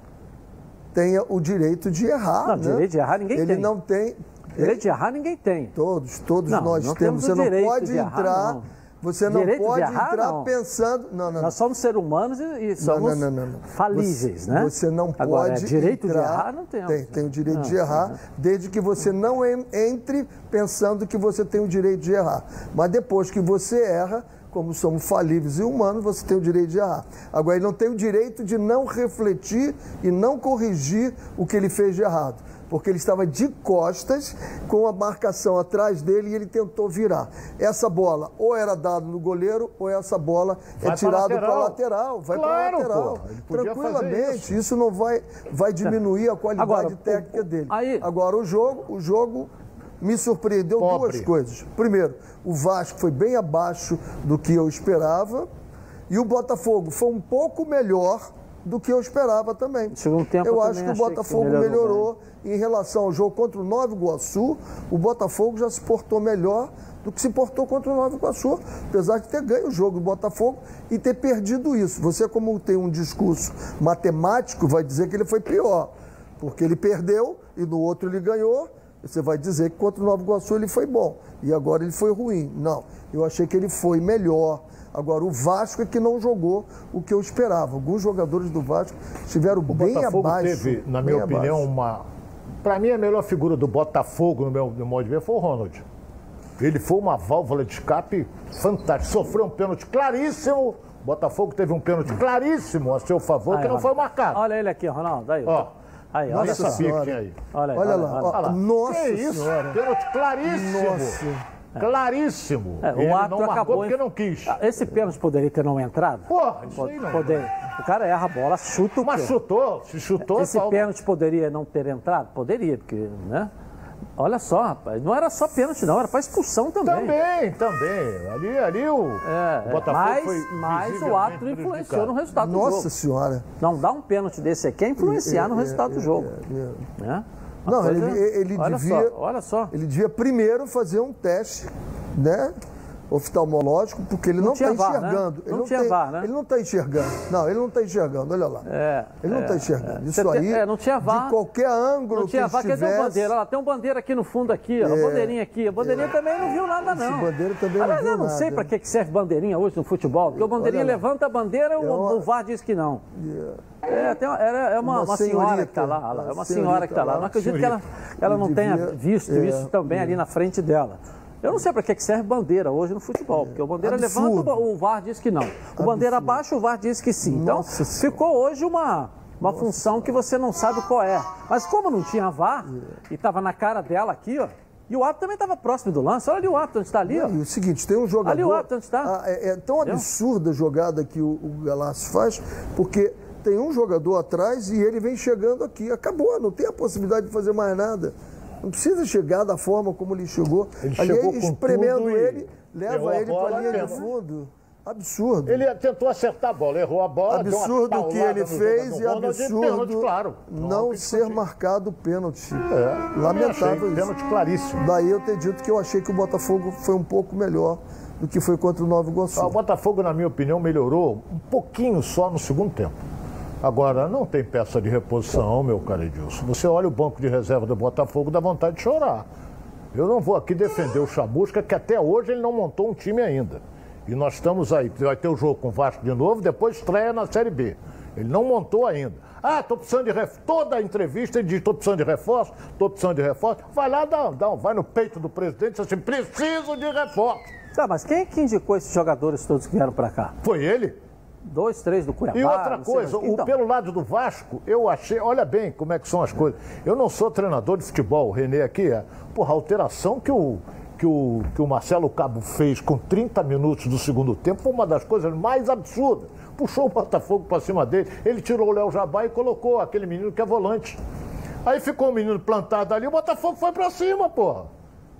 [SPEAKER 3] tenha o direito de errar.
[SPEAKER 4] Não,
[SPEAKER 3] né?
[SPEAKER 4] direito de errar ninguém
[SPEAKER 3] ele
[SPEAKER 4] tem.
[SPEAKER 3] Ele não tem...
[SPEAKER 4] Direito de errar ninguém tem.
[SPEAKER 3] Todos, todos
[SPEAKER 4] não,
[SPEAKER 3] nós
[SPEAKER 4] não
[SPEAKER 3] temos.
[SPEAKER 4] temos.
[SPEAKER 3] Você não pode
[SPEAKER 4] de errar,
[SPEAKER 3] entrar...
[SPEAKER 4] Não.
[SPEAKER 3] Você não
[SPEAKER 4] direito
[SPEAKER 3] pode
[SPEAKER 4] errar,
[SPEAKER 3] entrar
[SPEAKER 4] não.
[SPEAKER 3] pensando... Não, não,
[SPEAKER 4] Nós somos seres humanos e, e somos
[SPEAKER 3] não, não, não, não.
[SPEAKER 4] falíveis,
[SPEAKER 3] você,
[SPEAKER 4] né?
[SPEAKER 3] Você não
[SPEAKER 4] Agora,
[SPEAKER 3] pode
[SPEAKER 4] é direito
[SPEAKER 3] entrar,
[SPEAKER 4] de errar, não temos.
[SPEAKER 3] Tem, tem o direito
[SPEAKER 4] não,
[SPEAKER 3] de errar, não. Desde que você não entre pensando que você tem o direito de errar. Mas depois que você erra, como somos falíveis e humanos, você tem o direito de errar. Agora, ele não tem o direito de não refletir e não corrigir o que ele fez de errado. Porque ele estava de costas, com a marcação atrás dele e ele tentou virar. Essa bola ou era dada no goleiro ou essa bola vai é tirada para a lateral. Vai
[SPEAKER 5] claro,
[SPEAKER 3] para a lateral. Tranquilamente. Isso. isso não vai, vai diminuir a qualidade Agora, técnica o, dele. Aí... Agora, o jogo, o jogo me surpreendeu Pobre. duas coisas. Primeiro, o Vasco foi bem abaixo do que eu esperava e o Botafogo foi um pouco melhor do que eu esperava também.
[SPEAKER 4] Um tempo
[SPEAKER 3] eu
[SPEAKER 4] eu
[SPEAKER 3] acho que o Botafogo que melhorou, melhorou em relação ao jogo contra o Nova Iguaçu. O Botafogo já se portou melhor do que se portou contra o Nova Iguaçu, apesar de ter ganho o jogo do Botafogo e ter perdido isso. Você, como tem um discurso matemático, vai dizer que ele foi pior, porque ele perdeu e no outro ele ganhou. Você vai dizer que contra o Nova Iguaçu ele foi bom e agora ele foi ruim. Não, eu achei que ele foi melhor. Agora, o Vasco é que não jogou o que eu esperava. Alguns jogadores do Vasco estiveram
[SPEAKER 5] o
[SPEAKER 3] bem
[SPEAKER 5] Botafogo
[SPEAKER 3] abaixo.
[SPEAKER 5] teve, na minha opinião, abaixo. uma... Para mim, a melhor figura do Botafogo, no meu, no meu modo de ver, foi o Ronald. Ele foi uma válvula de escape fantástica. Sofreu um pênalti claríssimo. O Botafogo teve um pênalti claríssimo a seu favor, aí, que não foi marcado.
[SPEAKER 4] Olha ele aqui, Ronaldo. Aí,
[SPEAKER 5] ó.
[SPEAKER 4] Aí,
[SPEAKER 5] olha essa pique aí.
[SPEAKER 3] Olha, olha, olha lá. Olha lá. Nossa
[SPEAKER 5] que isso?
[SPEAKER 3] Senhora.
[SPEAKER 5] Pênalti claríssimo. Nossa. Claríssimo.
[SPEAKER 4] É, o
[SPEAKER 5] ele
[SPEAKER 4] árbitro
[SPEAKER 5] não marcou
[SPEAKER 4] acabou
[SPEAKER 5] porque não quis.
[SPEAKER 4] Esse pênalti poderia ter não entrado?
[SPEAKER 5] Porra, isso aí não.
[SPEAKER 4] Poder. O cara erra a bola, chuta o
[SPEAKER 5] Mas
[SPEAKER 4] pênalti.
[SPEAKER 5] chutou, se chutou...
[SPEAKER 4] Esse falta... pênalti poderia não ter entrado? Poderia, porque, né? Olha só, rapaz, não era só pênalti não, era para expulsão também.
[SPEAKER 5] Também, também. Ali, ali o,
[SPEAKER 4] é,
[SPEAKER 5] o Botafogo
[SPEAKER 4] mas,
[SPEAKER 5] foi
[SPEAKER 4] Mas o árbitro influenciou no resultado
[SPEAKER 3] Nossa
[SPEAKER 4] do jogo.
[SPEAKER 3] Nossa Senhora.
[SPEAKER 4] Não dá um pênalti desse aqui é influenciar é, no resultado é, do jogo. É, é. Né?
[SPEAKER 3] Não,
[SPEAKER 4] coisa...
[SPEAKER 3] ele, ele
[SPEAKER 4] olha
[SPEAKER 3] devia.
[SPEAKER 4] Só, olha só.
[SPEAKER 3] Ele devia primeiro fazer um teste, né? Oftalmológico, porque ele não está enxergando.
[SPEAKER 4] Né?
[SPEAKER 3] Ele
[SPEAKER 4] não,
[SPEAKER 3] não
[SPEAKER 4] tinha
[SPEAKER 3] tem,
[SPEAKER 4] VAR, né?
[SPEAKER 3] Ele não está enxergando. Não, ele não está enxergando, olha lá.
[SPEAKER 4] É,
[SPEAKER 3] ele não está
[SPEAKER 4] é,
[SPEAKER 3] enxergando.
[SPEAKER 4] É.
[SPEAKER 3] Isso aí,
[SPEAKER 4] é, não tinha VAR,
[SPEAKER 3] de qualquer ângulo
[SPEAKER 4] não tinha
[SPEAKER 3] que
[SPEAKER 4] VAR,
[SPEAKER 3] estivesse...
[SPEAKER 4] Cadê o bandeira? Olha lá, tem um bandeira aqui no fundo, aqui, ó, é, a bandeirinha aqui. A bandeirinha é, também não viu nada, não.
[SPEAKER 3] Esse bandeira também não
[SPEAKER 4] Aliás,
[SPEAKER 3] viu
[SPEAKER 4] eu não
[SPEAKER 3] nada.
[SPEAKER 4] sei para que serve bandeirinha hoje no futebol, porque o bandeirinha levanta a bandeira e o, uma... o VAR diz que não. Yeah. É, tem uma, é uma, uma, uma senhora que está lá, lá, é uma senhora que está lá. Não acredito que ela, ela não tenha visto é, isso também é. ali na frente dela. Eu não sei para que serve bandeira hoje no futebol, porque o bandeira
[SPEAKER 3] Absurdo.
[SPEAKER 4] levanta, o VAR diz que não. O Absurdo. Bandeira abaixa, o VAR diz que sim. Então,
[SPEAKER 3] Nossa
[SPEAKER 4] ficou
[SPEAKER 3] senhora.
[SPEAKER 4] hoje uma, uma função que você não sabe qual é. Mas como não tinha VAR, yeah. e estava na cara dela aqui, ó, e o árbitro também estava próximo do lance. Olha ali o árbitro onde está ali, ó.
[SPEAKER 3] E o seguinte, tem um jogador...
[SPEAKER 4] Ali o árbitro onde está.
[SPEAKER 3] Ah, é, é tão absurda a jogada que o, o Galácio faz, porque tem um jogador atrás e ele vem chegando aqui. Acabou, não tem a possibilidade de fazer mais nada. Não precisa chegar da forma como ele chegou.
[SPEAKER 5] Ele
[SPEAKER 3] ali,
[SPEAKER 5] chegou
[SPEAKER 3] espremendo ele,
[SPEAKER 5] e
[SPEAKER 3] leva ele para a linha de fundo. Absurdo.
[SPEAKER 5] Ele tentou acertar a bola, errou a bola.
[SPEAKER 3] Absurdo o que ele fez e absurdo
[SPEAKER 5] pênalti, claro.
[SPEAKER 3] não, não ser marcado o pênalti.
[SPEAKER 5] É,
[SPEAKER 3] lamentável isso.
[SPEAKER 5] Pênalti claríssimo.
[SPEAKER 3] Daí eu ter dito que eu achei que o Botafogo foi um pouco melhor do que foi contra o Nova Iguaçu.
[SPEAKER 5] O Botafogo, na minha opinião, melhorou um pouquinho só no segundo tempo. Agora, não tem peça de reposição, meu caro Edilson. Você olha o banco de reserva do Botafogo, dá vontade de chorar. Eu não vou aqui defender o Chamusca, que até hoje ele não montou um time ainda. E nós estamos aí, vai ter o jogo com o Vasco de novo, depois estreia na Série B. Ele não montou ainda. Ah, estou precisando de reforço. Toda a entrevista ele diz, estou precisando de reforço, estou precisando de reforço. Vai lá, dá, dá, vai no peito do presidente e diz assim, preciso de reforço.
[SPEAKER 4] Tá, mas quem é que indicou esses jogadores todos que vieram para cá?
[SPEAKER 5] Foi ele.
[SPEAKER 4] Dois, três do Cuiabá.
[SPEAKER 5] E outra coisa, o, então... pelo lado do Vasco, eu achei, olha bem como é que são as coisas. Eu não sou treinador de futebol, o Renê aqui é. Porra, a alteração que o, que, o, que o Marcelo Cabo fez com trinta minutos do segundo tempo foi uma das coisas mais absurdas. Puxou o Botafogo para cima dele, ele tirou o Léo Jabá e colocou aquele menino que é volante. Aí ficou o menino plantado ali, o Botafogo foi para cima, porra.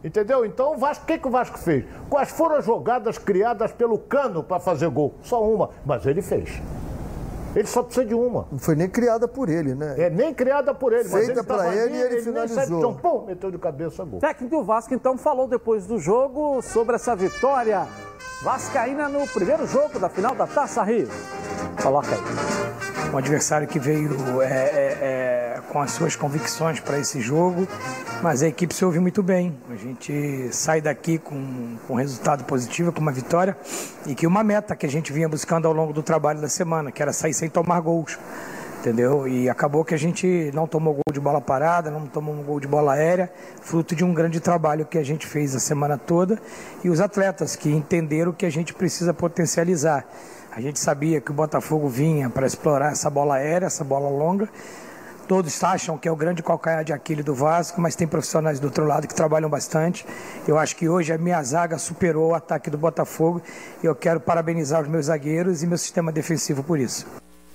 [SPEAKER 5] Entendeu? Então o Vasco, o que, que o Vasco fez? Quais foram as jogadas criadas pelo Cano para fazer gol? Só uma, mas ele fez. Ele só precisa de uma.
[SPEAKER 3] Não foi nem criada por ele, né?
[SPEAKER 5] É, nem criada por ele.
[SPEAKER 3] Feita
[SPEAKER 5] mas
[SPEAKER 3] para ele e ele, ele finalizou.
[SPEAKER 5] Chão, pum, meteu de cabeça, gol.
[SPEAKER 4] O técnico do Vasco, então, falou depois do jogo sobre essa vitória vascaína no primeiro jogo da final da Taça Rio. Coloca aí.
[SPEAKER 11] Um adversário que veio é, é, é, com as suas convicções para esse jogo, mas a equipe se ouviu muito bem. A gente sai daqui com, com um resultado positivo, com uma vitória, e que uma meta que a gente vinha buscando ao longo do trabalho da semana, que era sair sem tomar gols, entendeu? E acabou que a gente não tomou gol de bola parada, não tomou um gol de bola aérea, fruto de um grande trabalho que a gente fez a semana toda, e os atletas que entenderam que a gente precisa potencializar. A gente sabia que o Botafogo vinha para explorar essa bola aérea, essa bola longa. Todos acham que é o grande calcanhar de Aquiles do Vasco, mas tem profissionais do outro lado que trabalham bastante. Eu acho que hoje a minha zaga superou o ataque do Botafogo. E eu quero parabenizar os meus zagueiros e meu sistema defensivo por isso.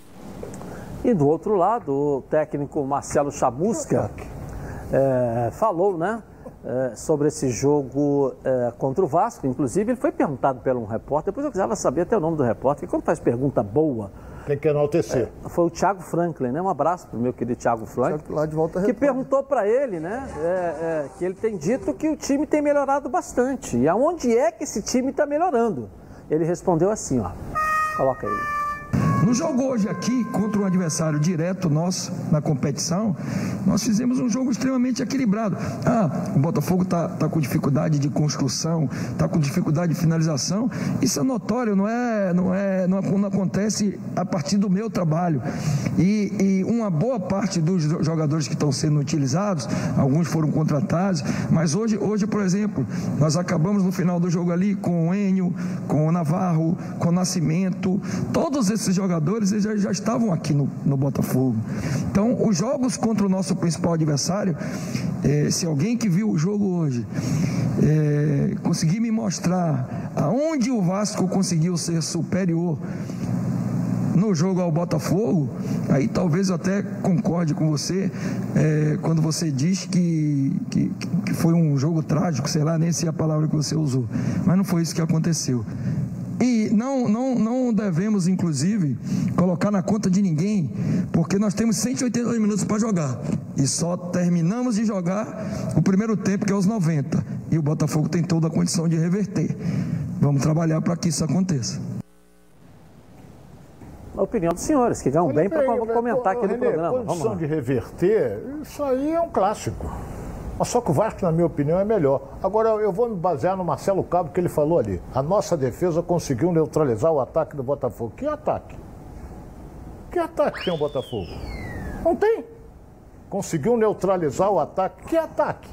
[SPEAKER 4] E do outro lado, o técnico Marcelo Chamusca é, falou, né? É, sobre esse jogo é, contra o Vasco. Inclusive, ele foi perguntado por um repórter. Depois eu precisava saber até o nome do repórter, porque quando faz pergunta boa...
[SPEAKER 5] Tem que enaltecer.
[SPEAKER 4] É, foi o Thiago Franklin, né? Um abraço para o meu querido Thiago Franklin.
[SPEAKER 3] Lá de volta
[SPEAKER 4] que perguntou para ele, né? É, é, que ele tem dito que o time tem melhorado bastante. E aonde é que esse time está melhorando? Ele respondeu assim, ó. Coloca aí.
[SPEAKER 12] No jogo hoje aqui, contra um adversário direto nosso na competição, nós fizemos um jogo extremamente equilibrado. Ah, o Botafogo está tá com dificuldade de construção, está com dificuldade de finalização. Isso é notório, não é, não é, não, não acontece a partir do meu trabalho. E, e uma boa parte dos jogadores que estão sendo utilizados, alguns foram contratados, mas hoje, hoje, por exemplo, nós acabamos no final do jogo ali com o Enio, com o Navarro, com o Nascimento, todos esses jogadores jogadores eles já, já estavam aqui no, no Botafogo. Então, os jogos contra o nosso principal adversário, é, se alguém que viu o jogo hoje é, conseguir me mostrar aonde o Vasco conseguiu ser superior no jogo ao Botafogo, aí talvez eu até concorde com você é, quando você diz que, que, que foi um jogo trágico, sei lá, nem sei a palavra que você usou, mas não foi isso que aconteceu. E não, não, não devemos, inclusive, colocar na conta de ninguém, porque nós temos cento e oitenta e dois minutos para jogar. E só terminamos de jogar o primeiro tempo, que é os noventa. E o Botafogo tem toda a condição de reverter. Vamos trabalhar para que isso aconteça.
[SPEAKER 4] A opinião dos senhores, que vão bem para comentar aqui no
[SPEAKER 5] Renê,
[SPEAKER 4] programa.
[SPEAKER 5] Condição de reverter, isso aí é um clássico. Mas só que o Vasco, na minha opinião, é melhor. Agora, eu vou me basear no Marcelo Cabo, que ele falou ali. A nossa defesa conseguiu neutralizar o ataque do Botafogo. Que ataque? Que ataque tem o Botafogo? Não tem. Conseguiu neutralizar o ataque. Que ataque?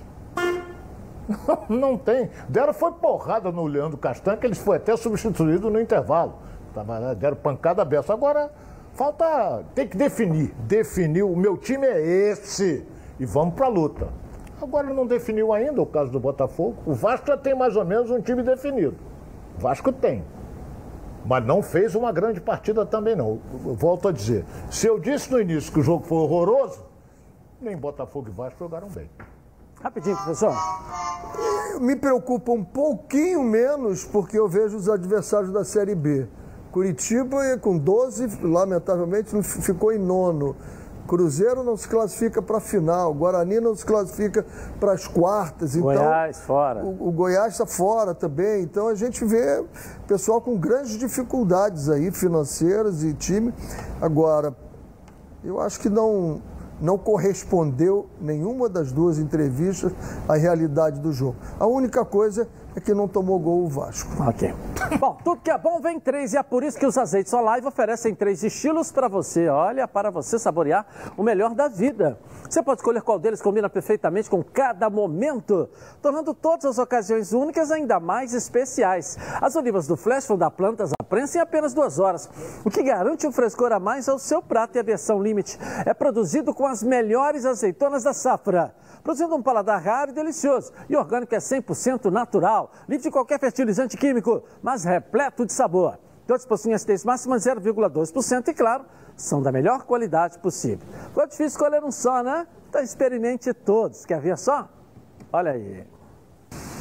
[SPEAKER 5] Não, não tem. Deram foi porrada no Leandro Castanho, que ele foi até substituído no intervalo. Deram pancada aberta. Agora, falta... Tem que definir. Definir. O meu time é esse. E vamos para a luta. Agora não definiu ainda o caso do Botafogo. O Vasco já tem mais ou menos um time definido. O Vasco tem. Mas não fez uma grande partida também não. Eu volto a dizer. Se eu disse no início que o jogo foi horroroso, nem Botafogo e Vasco jogaram bem.
[SPEAKER 4] Rapidinho, professor.
[SPEAKER 3] Me preocupa um pouquinho menos porque eu vejo os adversários da Série B. Curitiba com doze, lamentavelmente, ficou em nono. Cruzeiro não se classifica para a final, Guarani não se classifica para as quartas. Então,
[SPEAKER 4] Goiás fora.
[SPEAKER 3] O, o Goiás está fora também. Então a gente vê pessoal com grandes dificuldades aí, financeiras e time. Agora, eu acho que não, não correspondeu nenhuma das duas entrevistas à realidade do jogo. A única coisa é que não tomou gol o Vasco.
[SPEAKER 4] Ok. Bom, tudo que é bom vem três e é por isso que os azeites Olive oferecem três estilos para você. Olha, para você saborear o melhor da vida. Você pode escolher qual deles combina perfeitamente com cada momento, tornando todas as ocasiões únicas ainda mais especiais. As olivas do Flash vão dar plantas à prensa em apenas duas horas, o que garante um frescor a mais ao seu prato. E a versão Limite é produzido com as melhores azeitonas da safra, produzindo um paladar raro e delicioso. E orgânico é cem por cento natural, livre de qualquer fertilizante químico, mas repleto de sabor. Todos possuem acidez máxima zero vírgula dois por cento e, claro, são da melhor qualidade possível. Ficou difícil escolher um só, né? Então experimente todos. Quer ver só? Olha aí.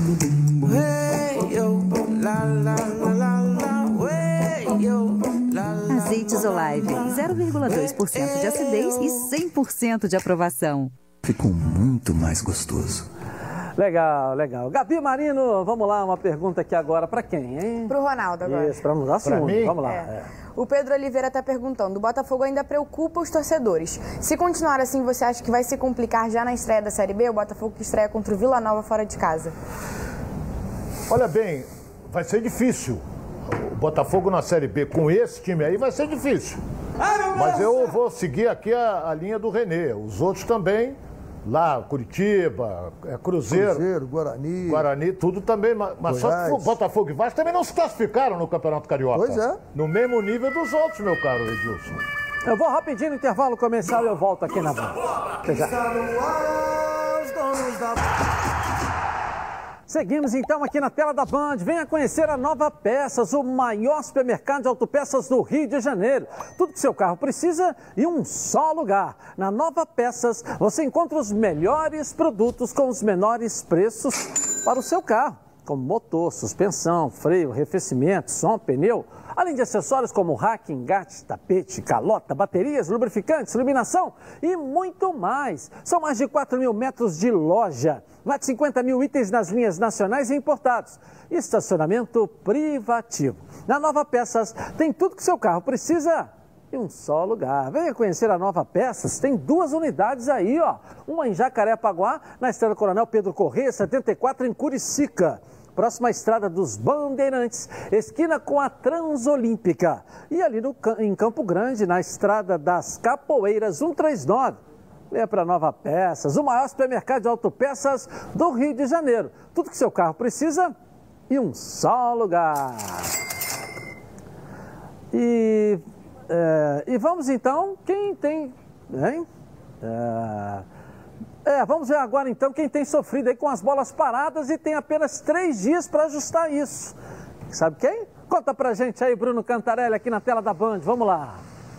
[SPEAKER 13] Azeites Olive, zero vírgula dois por cento de acidez e cem por cento de aprovação.
[SPEAKER 14] Ficou muito mais gostoso.
[SPEAKER 4] Legal, legal. Gabi Marino, vamos lá, uma pergunta aqui agora para quem, hein?
[SPEAKER 8] Pro Ronaldo agora.
[SPEAKER 4] Isso, para nos dar segundo. Vamos lá.
[SPEAKER 8] É.
[SPEAKER 4] É.
[SPEAKER 8] O Pedro Oliveira está perguntando, o Botafogo ainda preocupa os torcedores. Se continuar assim, você acha que vai se complicar já na estreia da Série B? O Botafogo que estreia contra o Vila Nova fora de casa.
[SPEAKER 5] Olha bem, vai ser difícil. O Botafogo na Série B com esse time aí vai ser difícil. Mas eu vou seguir aqui a, a linha do Renê. Os outros também, lá, Curitiba, Cruzeiro,
[SPEAKER 3] Cruzeiro, Guarani.
[SPEAKER 5] Guarani, tudo também. Mas
[SPEAKER 3] Goiás.
[SPEAKER 5] só que o Botafogo e Vasco também não se classificaram no Campeonato Carioca.
[SPEAKER 3] Pois é.
[SPEAKER 5] No mesmo nível dos outros, meu caro Edilson.
[SPEAKER 4] Eu vou rapidinho no intervalo comercial e eu volto aqui na Band. Até já. Seguimos então aqui na tela da Band. Venha conhecer a Nova Peças, o maior supermercado de autopeças do Rio de Janeiro. Tudo que seu carro precisa em um só lugar. Na Nova Peças você encontra os melhores produtos com os menores preços para o seu carro, como motor, suspensão, freio, arrefecimento, som, pneu, além de acessórios como rack, engate, tapete, calota, baterias, lubrificantes, iluminação e muito mais. São mais de quatro mil metros de loja, mais de cinquenta mil itens nas linhas nacionais e importados. E estacionamento privativo. Na Nova Peças tem tudo que seu carro precisa em um só lugar. Venha conhecer a Nova Peças, tem duas unidades aí, ó. Uma em Jacarepaguá, na Estrada Coronel Pedro Corrêa, setenta e quatro, em Curicica. Próxima à Estrada dos Bandeirantes, esquina com a Transolímpica. E ali no, em Campo Grande, na Estrada das Capoeiras, cento e trinta e nove. Venha para Nova Peças, o maior supermercado de autopeças do Rio de Janeiro. Tudo que seu carro precisa em um só lugar. E, é, e vamos então, quem tem... Hein? É, É, vamos ver agora então quem tem sofrido aí com as bolas paradas e tem apenas três dias para ajustar isso. Sabe quem? Conta pra gente aí, Bruno Cantarelli, aqui na tela da Band. Vamos lá.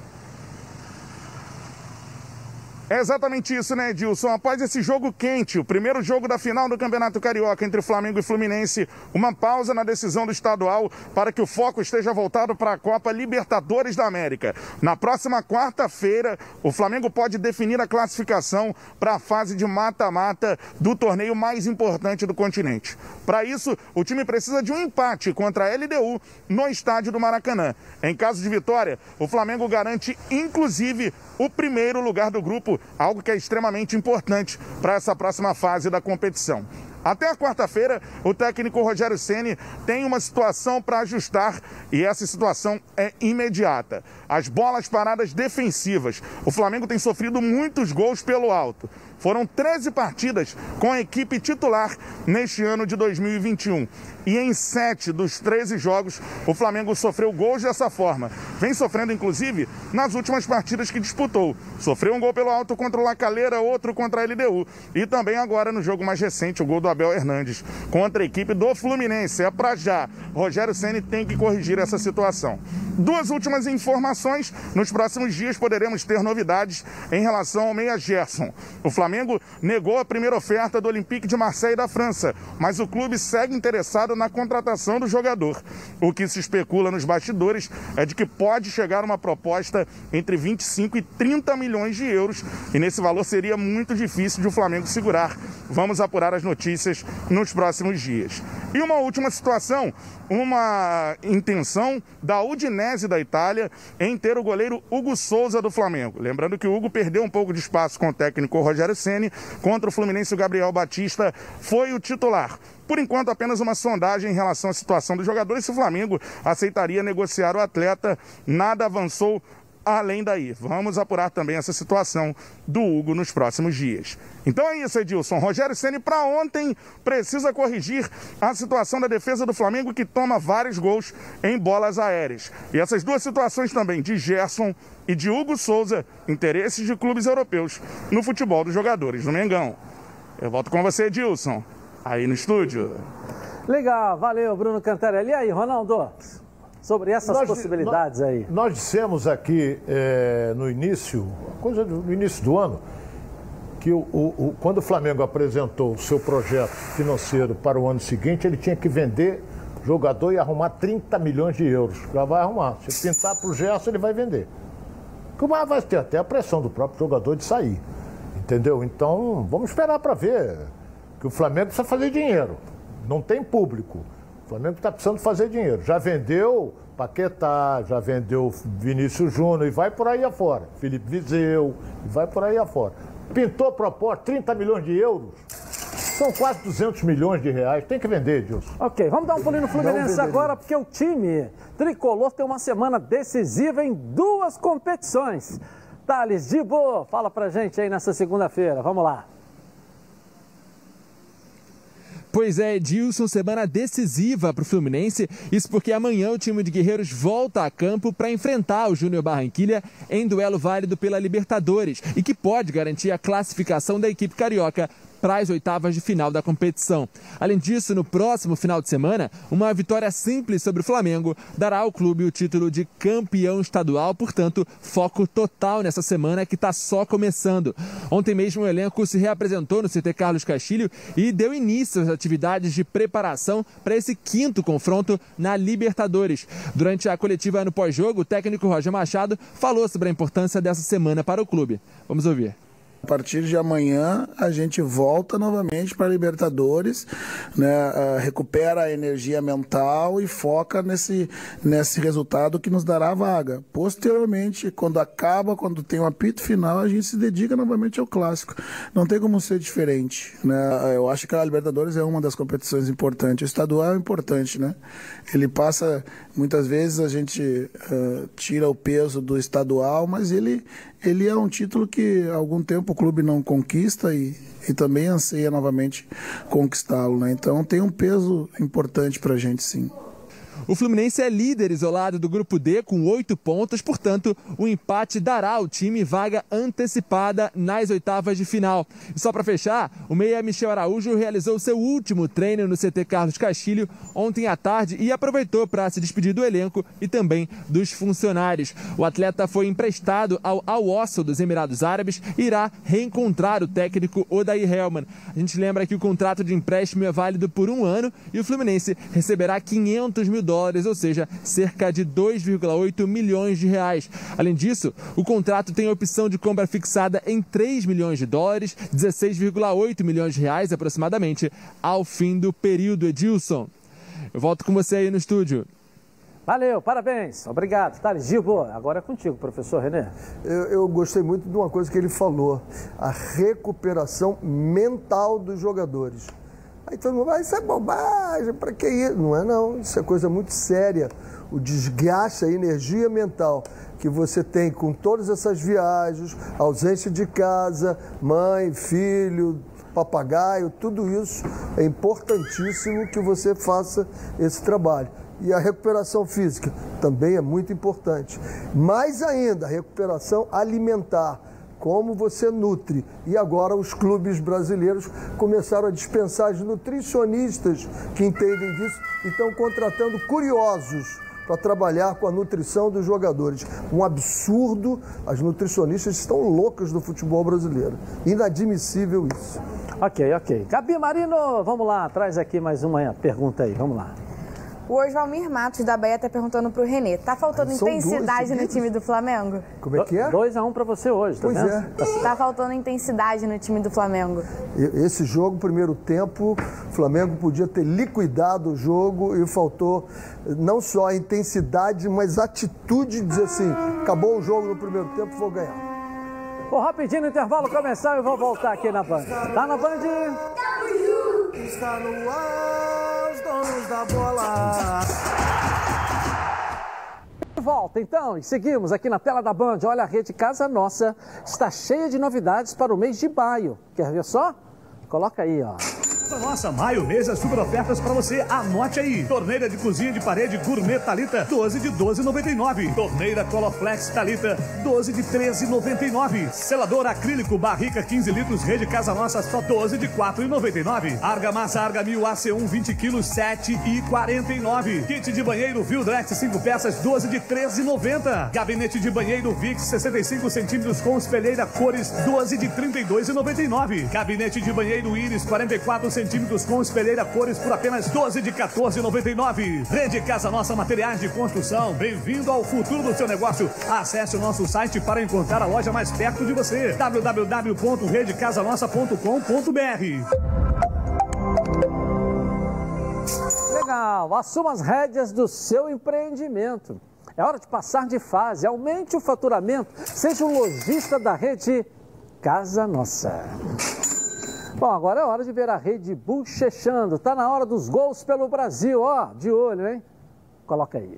[SPEAKER 15] É exatamente isso, né, Edilson? Após esse jogo quente, o primeiro jogo da final do Campeonato Carioca entre Flamengo e Fluminense, uma pausa na decisão do estadual para que o foco esteja voltado para a Copa Libertadores da América. Na próxima quarta-feira, o Flamengo pode definir a classificação para a fase de mata-mata do torneio mais importante do continente. Para isso, o time precisa de um empate contra a L D U no estádio do Maracanã. Em caso de vitória, o Flamengo garante, inclusive, o primeiro lugar do grupo, algo que é extremamente importante para essa próxima fase da competição. Até a quarta-feira, o técnico Rogério Ceni tem uma situação para ajustar e essa situação é imediata. As bolas paradas defensivas. O Flamengo tem sofrido muitos gols pelo alto. Foram treze partidas com a equipe titular neste ano de dois mil e vinte e um. E em sete dos treze jogos, o Flamengo sofreu gols dessa forma. Vem sofrendo, inclusive, nas últimas partidas que disputou. Sofreu um gol pelo alto contra o La Calera, outro contra a L D U. E também agora, no jogo mais recente, o gol do Abel Hernandes contra a equipe do Fluminense. É pra já. Rogério Ceni tem que corrigir essa situação. Duas últimas informações. Nos próximos dias poderemos ter novidades em relação ao meia Gerson. O Flamengo negou a primeira oferta do Olympique de Marseille da França, mas o clube segue interessado na contratação do jogador. O que se especula nos bastidores é de que pode chegar uma proposta entre vinte e cinco e trinta milhões de euros e nesse valor seria muito difícil de o Flamengo segurar. Vamos apurar as notícias nos próximos dias. E uma última situação, uma intenção da Udinese da Itália em ter o goleiro Hugo Souza do Flamengo. Lembrando que o Hugo perdeu um pouco de espaço com o técnico Rogério Ceni. Contra o Fluminense, o Gabriel Batista foi o titular. Por enquanto, apenas uma sondagem em relação à situação do jogador e se o Flamengo aceitaria negociar o atleta. Nada avançou além daí. Vamos apurar também essa situação do Hugo nos próximos dias. Então é isso, Edilson. Rogério Ceni, para ontem, precisa corrigir a situação da defesa do Flamengo, que toma vários gols em bolas aéreas. E essas duas situações também, de Gerson e de Hugo Souza, interesses de clubes europeus no futebol dos jogadores do Mengão. Eu volto com você, Edilson, aí no estúdio.
[SPEAKER 4] Legal, valeu, Bruno Cantarelli. E aí, Ronaldo? Sobre essas nós, possibilidades
[SPEAKER 5] nós,
[SPEAKER 4] aí.
[SPEAKER 5] Nós dissemos aqui é, no início, coisa do, no início do ano, que o, o, o, quando o Flamengo apresentou o seu projeto financeiro para o ano seguinte, ele tinha que vender jogador e arrumar trinta milhões de euros. Já vai arrumar. Se pintar para o Gerson, ele vai vender. Mas vai ter até a pressão do próprio jogador de sair. Entendeu? Então, vamos esperar para ver. Que o Flamengo precisa fazer dinheiro. Não tem público. O Flamengo está precisando fazer dinheiro. Já vendeu Paquetá, já vendeu Vinícius Júnior e vai por aí afora. Felipe Viseu, e vai por aí afora. Pintou proposta, trinta milhões de euros. São quase duzentos milhões de reais. Tem que vender, Edilson.
[SPEAKER 4] Ok, vamos dar um pulinho no Fluminense agora, porque o time tricolor tem uma semana decisiva em duas competições. Thales Dibo, fala pra gente aí nessa segunda-feira. Vamos lá.
[SPEAKER 16] Pois é, Edilson, semana decisiva para o Fluminense. Isso porque amanhã o time de Guerreiros volta a campo para enfrentar o Júnior Barranquilla em duelo válido pela Libertadores e que pode garantir a classificação da equipe carioca para as oitavas de final da competição. Além disso, no próximo final de semana, uma vitória simples sobre o Flamengo dará ao clube o título de campeão estadual, portanto, foco total nessa semana que está só começando. Ontem mesmo o elenco se reapresentou no C T Carlos Castilho e deu início às atividades de preparação para esse quinto confronto na Libertadores. Durante a coletiva no pós-jogo, o técnico Roger Machado falou sobre a importância dessa semana para o clube. Vamos ouvir.
[SPEAKER 7] A partir de amanhã a gente volta novamente para a Libertadores, né, uh, recupera a energia mental e foca nesse, nesse resultado que nos dará a vaga. Posteriormente, quando acaba, quando tem um apito final, a gente se dedica novamente ao clássico. Não tem como ser diferente, né? Eu acho que a Libertadores é uma das competições importantes. O estadual é importante, né? Ele passa, muitas vezes a gente uh, tira o peso do estadual, mas ele, ele é um título que há algum tempo o clube não conquista e, e também anseia novamente conquistá-lo, né? Então tem um peso importante para a gente, sim.
[SPEAKER 16] O Fluminense é líder isolado do Grupo D com oito pontos, portanto, o empate dará ao time vaga antecipada nas oitavas de final. E só para fechar, o meia Michel Araújo realizou seu último treino no C T Carlos Castilho ontem à tarde e aproveitou para se despedir do elenco e também dos funcionários. O atleta foi emprestado ao Al-Wassl dos Emirados Árabes e irá reencontrar o técnico Odair Hellmann. A gente lembra que o contrato de empréstimo é válido por um ano e o Fluminense receberá quinhentos mil dólares, ou seja, cerca de dois vírgula oito milhões de reais. Além disso, o contrato tem a opção de compra fixada em três milhões de dólares, dezesseis vírgula oito milhões de reais aproximadamente, ao fim do período. Edilson, eu volto com você aí no estúdio.
[SPEAKER 4] Valeu, parabéns, obrigado. Thales Dibo, agora é contigo, professor René.
[SPEAKER 3] Eu, eu gostei muito de uma coisa que ele falou, a recuperação mental dos jogadores. Aí todo mundo vai, isso é bobagem, para que isso? Não é não, isso é coisa muito séria. O desgaste, a energia mental que você tem com todas essas viagens, ausência de casa, mãe, filho, papagaio, tudo isso é importantíssimo que você faça esse trabalho. E a recuperação física também é muito importante. Mais ainda, a recuperação alimentar. Como você nutre. E agora os clubes brasileiros começaram a dispensar os nutricionistas que entendem disso e estão contratando curiosos para trabalhar com a nutrição dos jogadores. Um absurdo, as nutricionistas estão loucas do futebol brasileiro. Inadmissível isso.
[SPEAKER 4] Ok, ok. Gabi Marino, vamos lá, traz aqui mais uma pergunta aí, vamos lá.
[SPEAKER 8] O Osvalmir Matos da Bahia está perguntando para o Renê, tá faltando intensidade no time do Flamengo?
[SPEAKER 3] Como é que é?
[SPEAKER 4] dois a um para você hoje, tá
[SPEAKER 3] pois
[SPEAKER 4] vendo?
[SPEAKER 3] é.
[SPEAKER 8] Tá faltando intensidade no time do Flamengo.
[SPEAKER 3] Esse jogo, primeiro tempo, o Flamengo podia ter liquidado o jogo e faltou não só a intensidade, mas a atitude de dizer assim, acabou o jogo no primeiro tempo, vou ganhar.
[SPEAKER 4] Vou rapidinho no intervalo começar e vou voltar aqui na Band. Tá na Band?
[SPEAKER 9] Está no ar, os donos da bola.
[SPEAKER 4] Volta então e seguimos aqui na tela da Band. Olha, a rede Casa Nossa está cheia de novidades para o mês de maio. Quer ver só? Coloca aí, ó.
[SPEAKER 17] Nossa, maio, mês, as super ofertas para você. Anote aí. Torneira de cozinha de parede Gourmet Thalita, doze de doze e noventa e nove. Torneira Colorflex Thalita, doze de treze e noventa e nove. Selador acrílico Barrica quinze litros, Rede Casa Nossa, só doze de quatro e noventa e nove. Argamassa Argamil A C um vinte quilos, sete e quarenta e nove. Kit de banheiro Vildrex cinco peças, doze de treze e noventa. Gabinete de banheiro Vix sessenta e cinco centímetros com espelheira cores, doze de trinta e dois e noventa e nove. Gabinete de banheiro Iris quarenta e quatro centímetros com espelheira cores por apenas doze de quatorze e noventa e nove. Rede Casa Nossa Materiais de Construção. Bem-vindo ao futuro do seu negócio. Acesse o nosso site para encontrar a loja mais perto de você. w w w ponto rede casa nossa ponto com ponto b r.
[SPEAKER 4] Legal, assuma as rédeas do seu empreendimento. É hora de passar de fase, aumente o faturamento, seja um lojista da Rede Casa Nossa. Bom, agora é hora de ver a Rede bochechando. Tá na hora dos gols pelo Brasil, ó, de olho, hein? Coloca aí.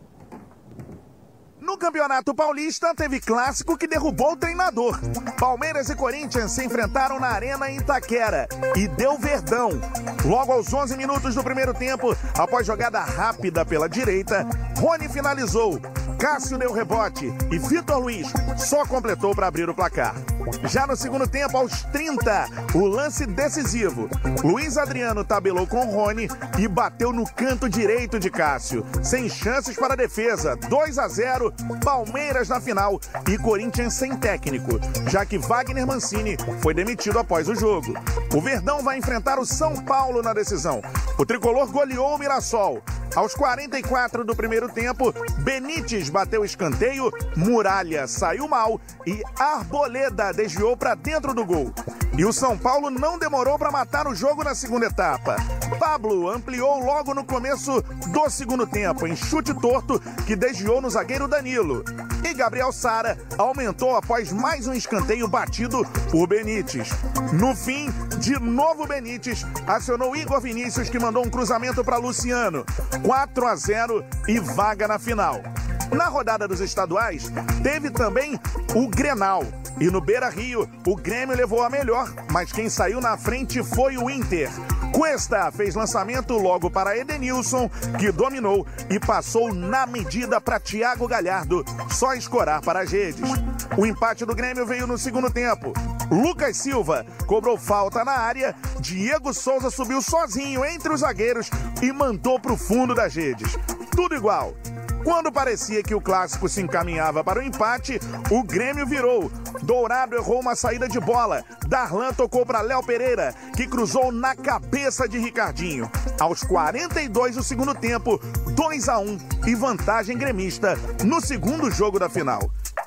[SPEAKER 15] No Campeonato Paulista, teve clássico que derrubou o treinador. Palmeiras e Corinthians se enfrentaram na Arena Itaquera e deu Verdão. Logo aos onze minutos do primeiro tempo, após jogada rápida pela direita, Rony finalizou. Cássio deu rebote e Vitor Luiz só completou para abrir o placar. Já no segundo tempo, aos trinta, o lance decisivo. Luiz Adriano tabelou com Rony e bateu no canto direito de Cássio. Sem chances para a defesa, dois a zero, Palmeiras na final e Corinthians sem técnico, já que Wagner Mancini foi demitido após o jogo. O Verdão vai enfrentar o São Paulo na decisão. O tricolor goleou o Mirassol. Aos quarenta e quatro do primeiro tempo, Benítez bateu escanteio, Muralha saiu mal e Arboleda desviou para dentro do gol. E o São Paulo não demorou para matar o jogo na segunda etapa. Pablo ampliou logo no começo do segundo tempo, em chute torto que desviou no zagueiro Danilo. E Gabriel Sara aumentou após mais um escanteio batido por Benítez. No fim, de novo Benítez acionou Igor Vinícius, que mandou um cruzamento para Luciano. quatro a zero e vaga na final. Na rodada dos estaduais, teve também o Grenal. E no Beira-Rio, o Grêmio levou a melhor, mas quem saiu na frente foi o Inter. Cuesta fez lançamento logo para Edenilson, que dominou e passou na medida para Thiago Galhardo, só escorar para as redes. O empate do Grêmio veio no segundo tempo. Lucas Silva cobrou falta na área, Diego Souza subiu sozinho entre os zagueiros e mandou para o fundo das redes. Tudo igual. Quando parecia que o clássico se encaminhava para o empate, o Grêmio virou. Dourado errou uma saída de bola. Darlan tocou para Léo Pereira, que cruzou na cabeça de Ricardinho. Aos quarenta e dois do segundo tempo, dois a um e vantagem gremista no segundo jogo da final.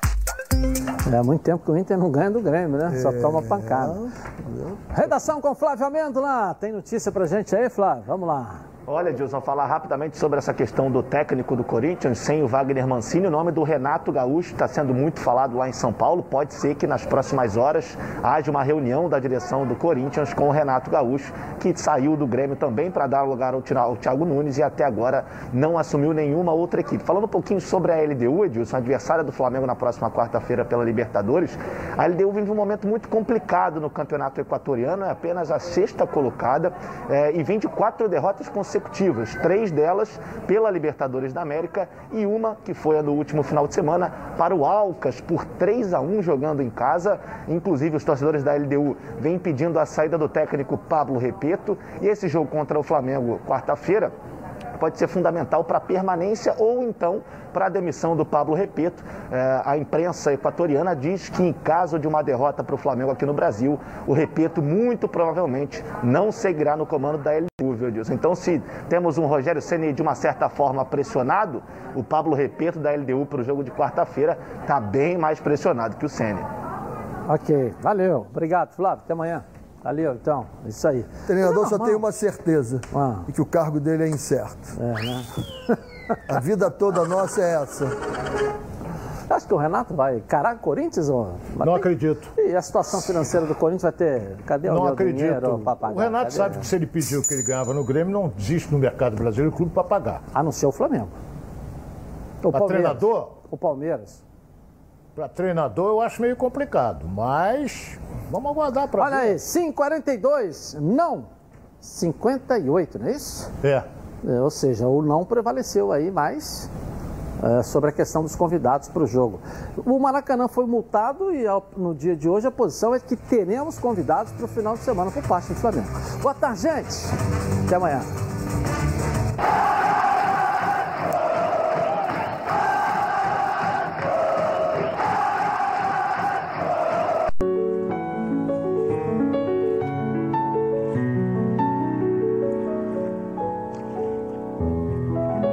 [SPEAKER 4] É muito tempo que o Inter não ganha do Grêmio, né? Só toma pancada. Redação com Flávio Amêndola. Tem notícia pra gente aí, Flávio? Vamos lá.
[SPEAKER 2] Olha, Dilson, falar rapidamente sobre essa questão do técnico do Corinthians, sem o Wagner Mancini. O nome do Renato Gaúcho está sendo muito falado lá em São Paulo. Pode ser que nas próximas horas haja uma reunião da direção do Corinthians com o Renato Gaúcho, que saiu do Grêmio também para dar lugar ao Thiago Nunes e até agora não assumiu nenhuma outra equipe. Falando um pouquinho sobre a L D U, Edilson, adversária do Flamengo na próxima quarta-feira pela Libertadores, a L D U vive um momento muito complicado no campeonato equatoriano, é apenas a sexta colocada é, e vem de quatro derrotas consecutivas. Três delas pela Libertadores da América e uma que foi a do último final de semana para o Alcas por três a um jogando em casa. Inclusive os torcedores da L D U vêm pedindo a saída do técnico Pablo Repetto e esse jogo contra o Flamengo quarta-feira pode ser fundamental para a permanência ou então para a demissão do Pablo Repetto. É, a imprensa equatoriana diz que em caso de uma derrota para o Flamengo aqui no Brasil, o Repetto muito provavelmente não seguirá no comando da L D U, viu, Edilson? Então, se temos um Rogério Ceni de uma certa forma pressionado, o Pablo Repetto da L D U para o jogo de quarta-feira está bem mais pressionado que o Ceni.
[SPEAKER 4] Ok, valeu. Obrigado, Flávio. Até amanhã. Valeu, então. Isso aí.
[SPEAKER 3] O treinador não, só não. tem uma certeza, ah. e que o cargo dele é incerto.
[SPEAKER 4] É, né?
[SPEAKER 3] A vida toda nossa é essa.
[SPEAKER 4] Acho que o Renato vai encarar o Corinthians? Ou...
[SPEAKER 5] Não tem... acredito.
[SPEAKER 4] E a situação financeira do Corinthians vai ter... Cadê
[SPEAKER 5] não
[SPEAKER 4] o meu
[SPEAKER 5] acredito.
[SPEAKER 4] dinheiro para pagar?
[SPEAKER 5] O Renato
[SPEAKER 4] Cadê?
[SPEAKER 5] sabe que se ele pediu o que ele ganhava no Grêmio, não existe no mercado brasileiro clube para pagar.
[SPEAKER 4] A não ser o Flamengo.
[SPEAKER 5] Para treinador?
[SPEAKER 4] O Palmeiras.
[SPEAKER 5] Para treinador eu acho meio complicado, mas vamos aguardar para ver.
[SPEAKER 4] Olha aí, cinco e quarenta e dois, não. cinquenta e oito, não é isso?
[SPEAKER 5] É.
[SPEAKER 4] é ou seja, o não prevaleceu aí mais é, sobre a questão dos convidados para o jogo. O Maracanã foi multado e ao, no dia de hoje a posição é que teremos convidados para o final de semana por parte do Flamengo. Boa tarde, gente. Até amanhã.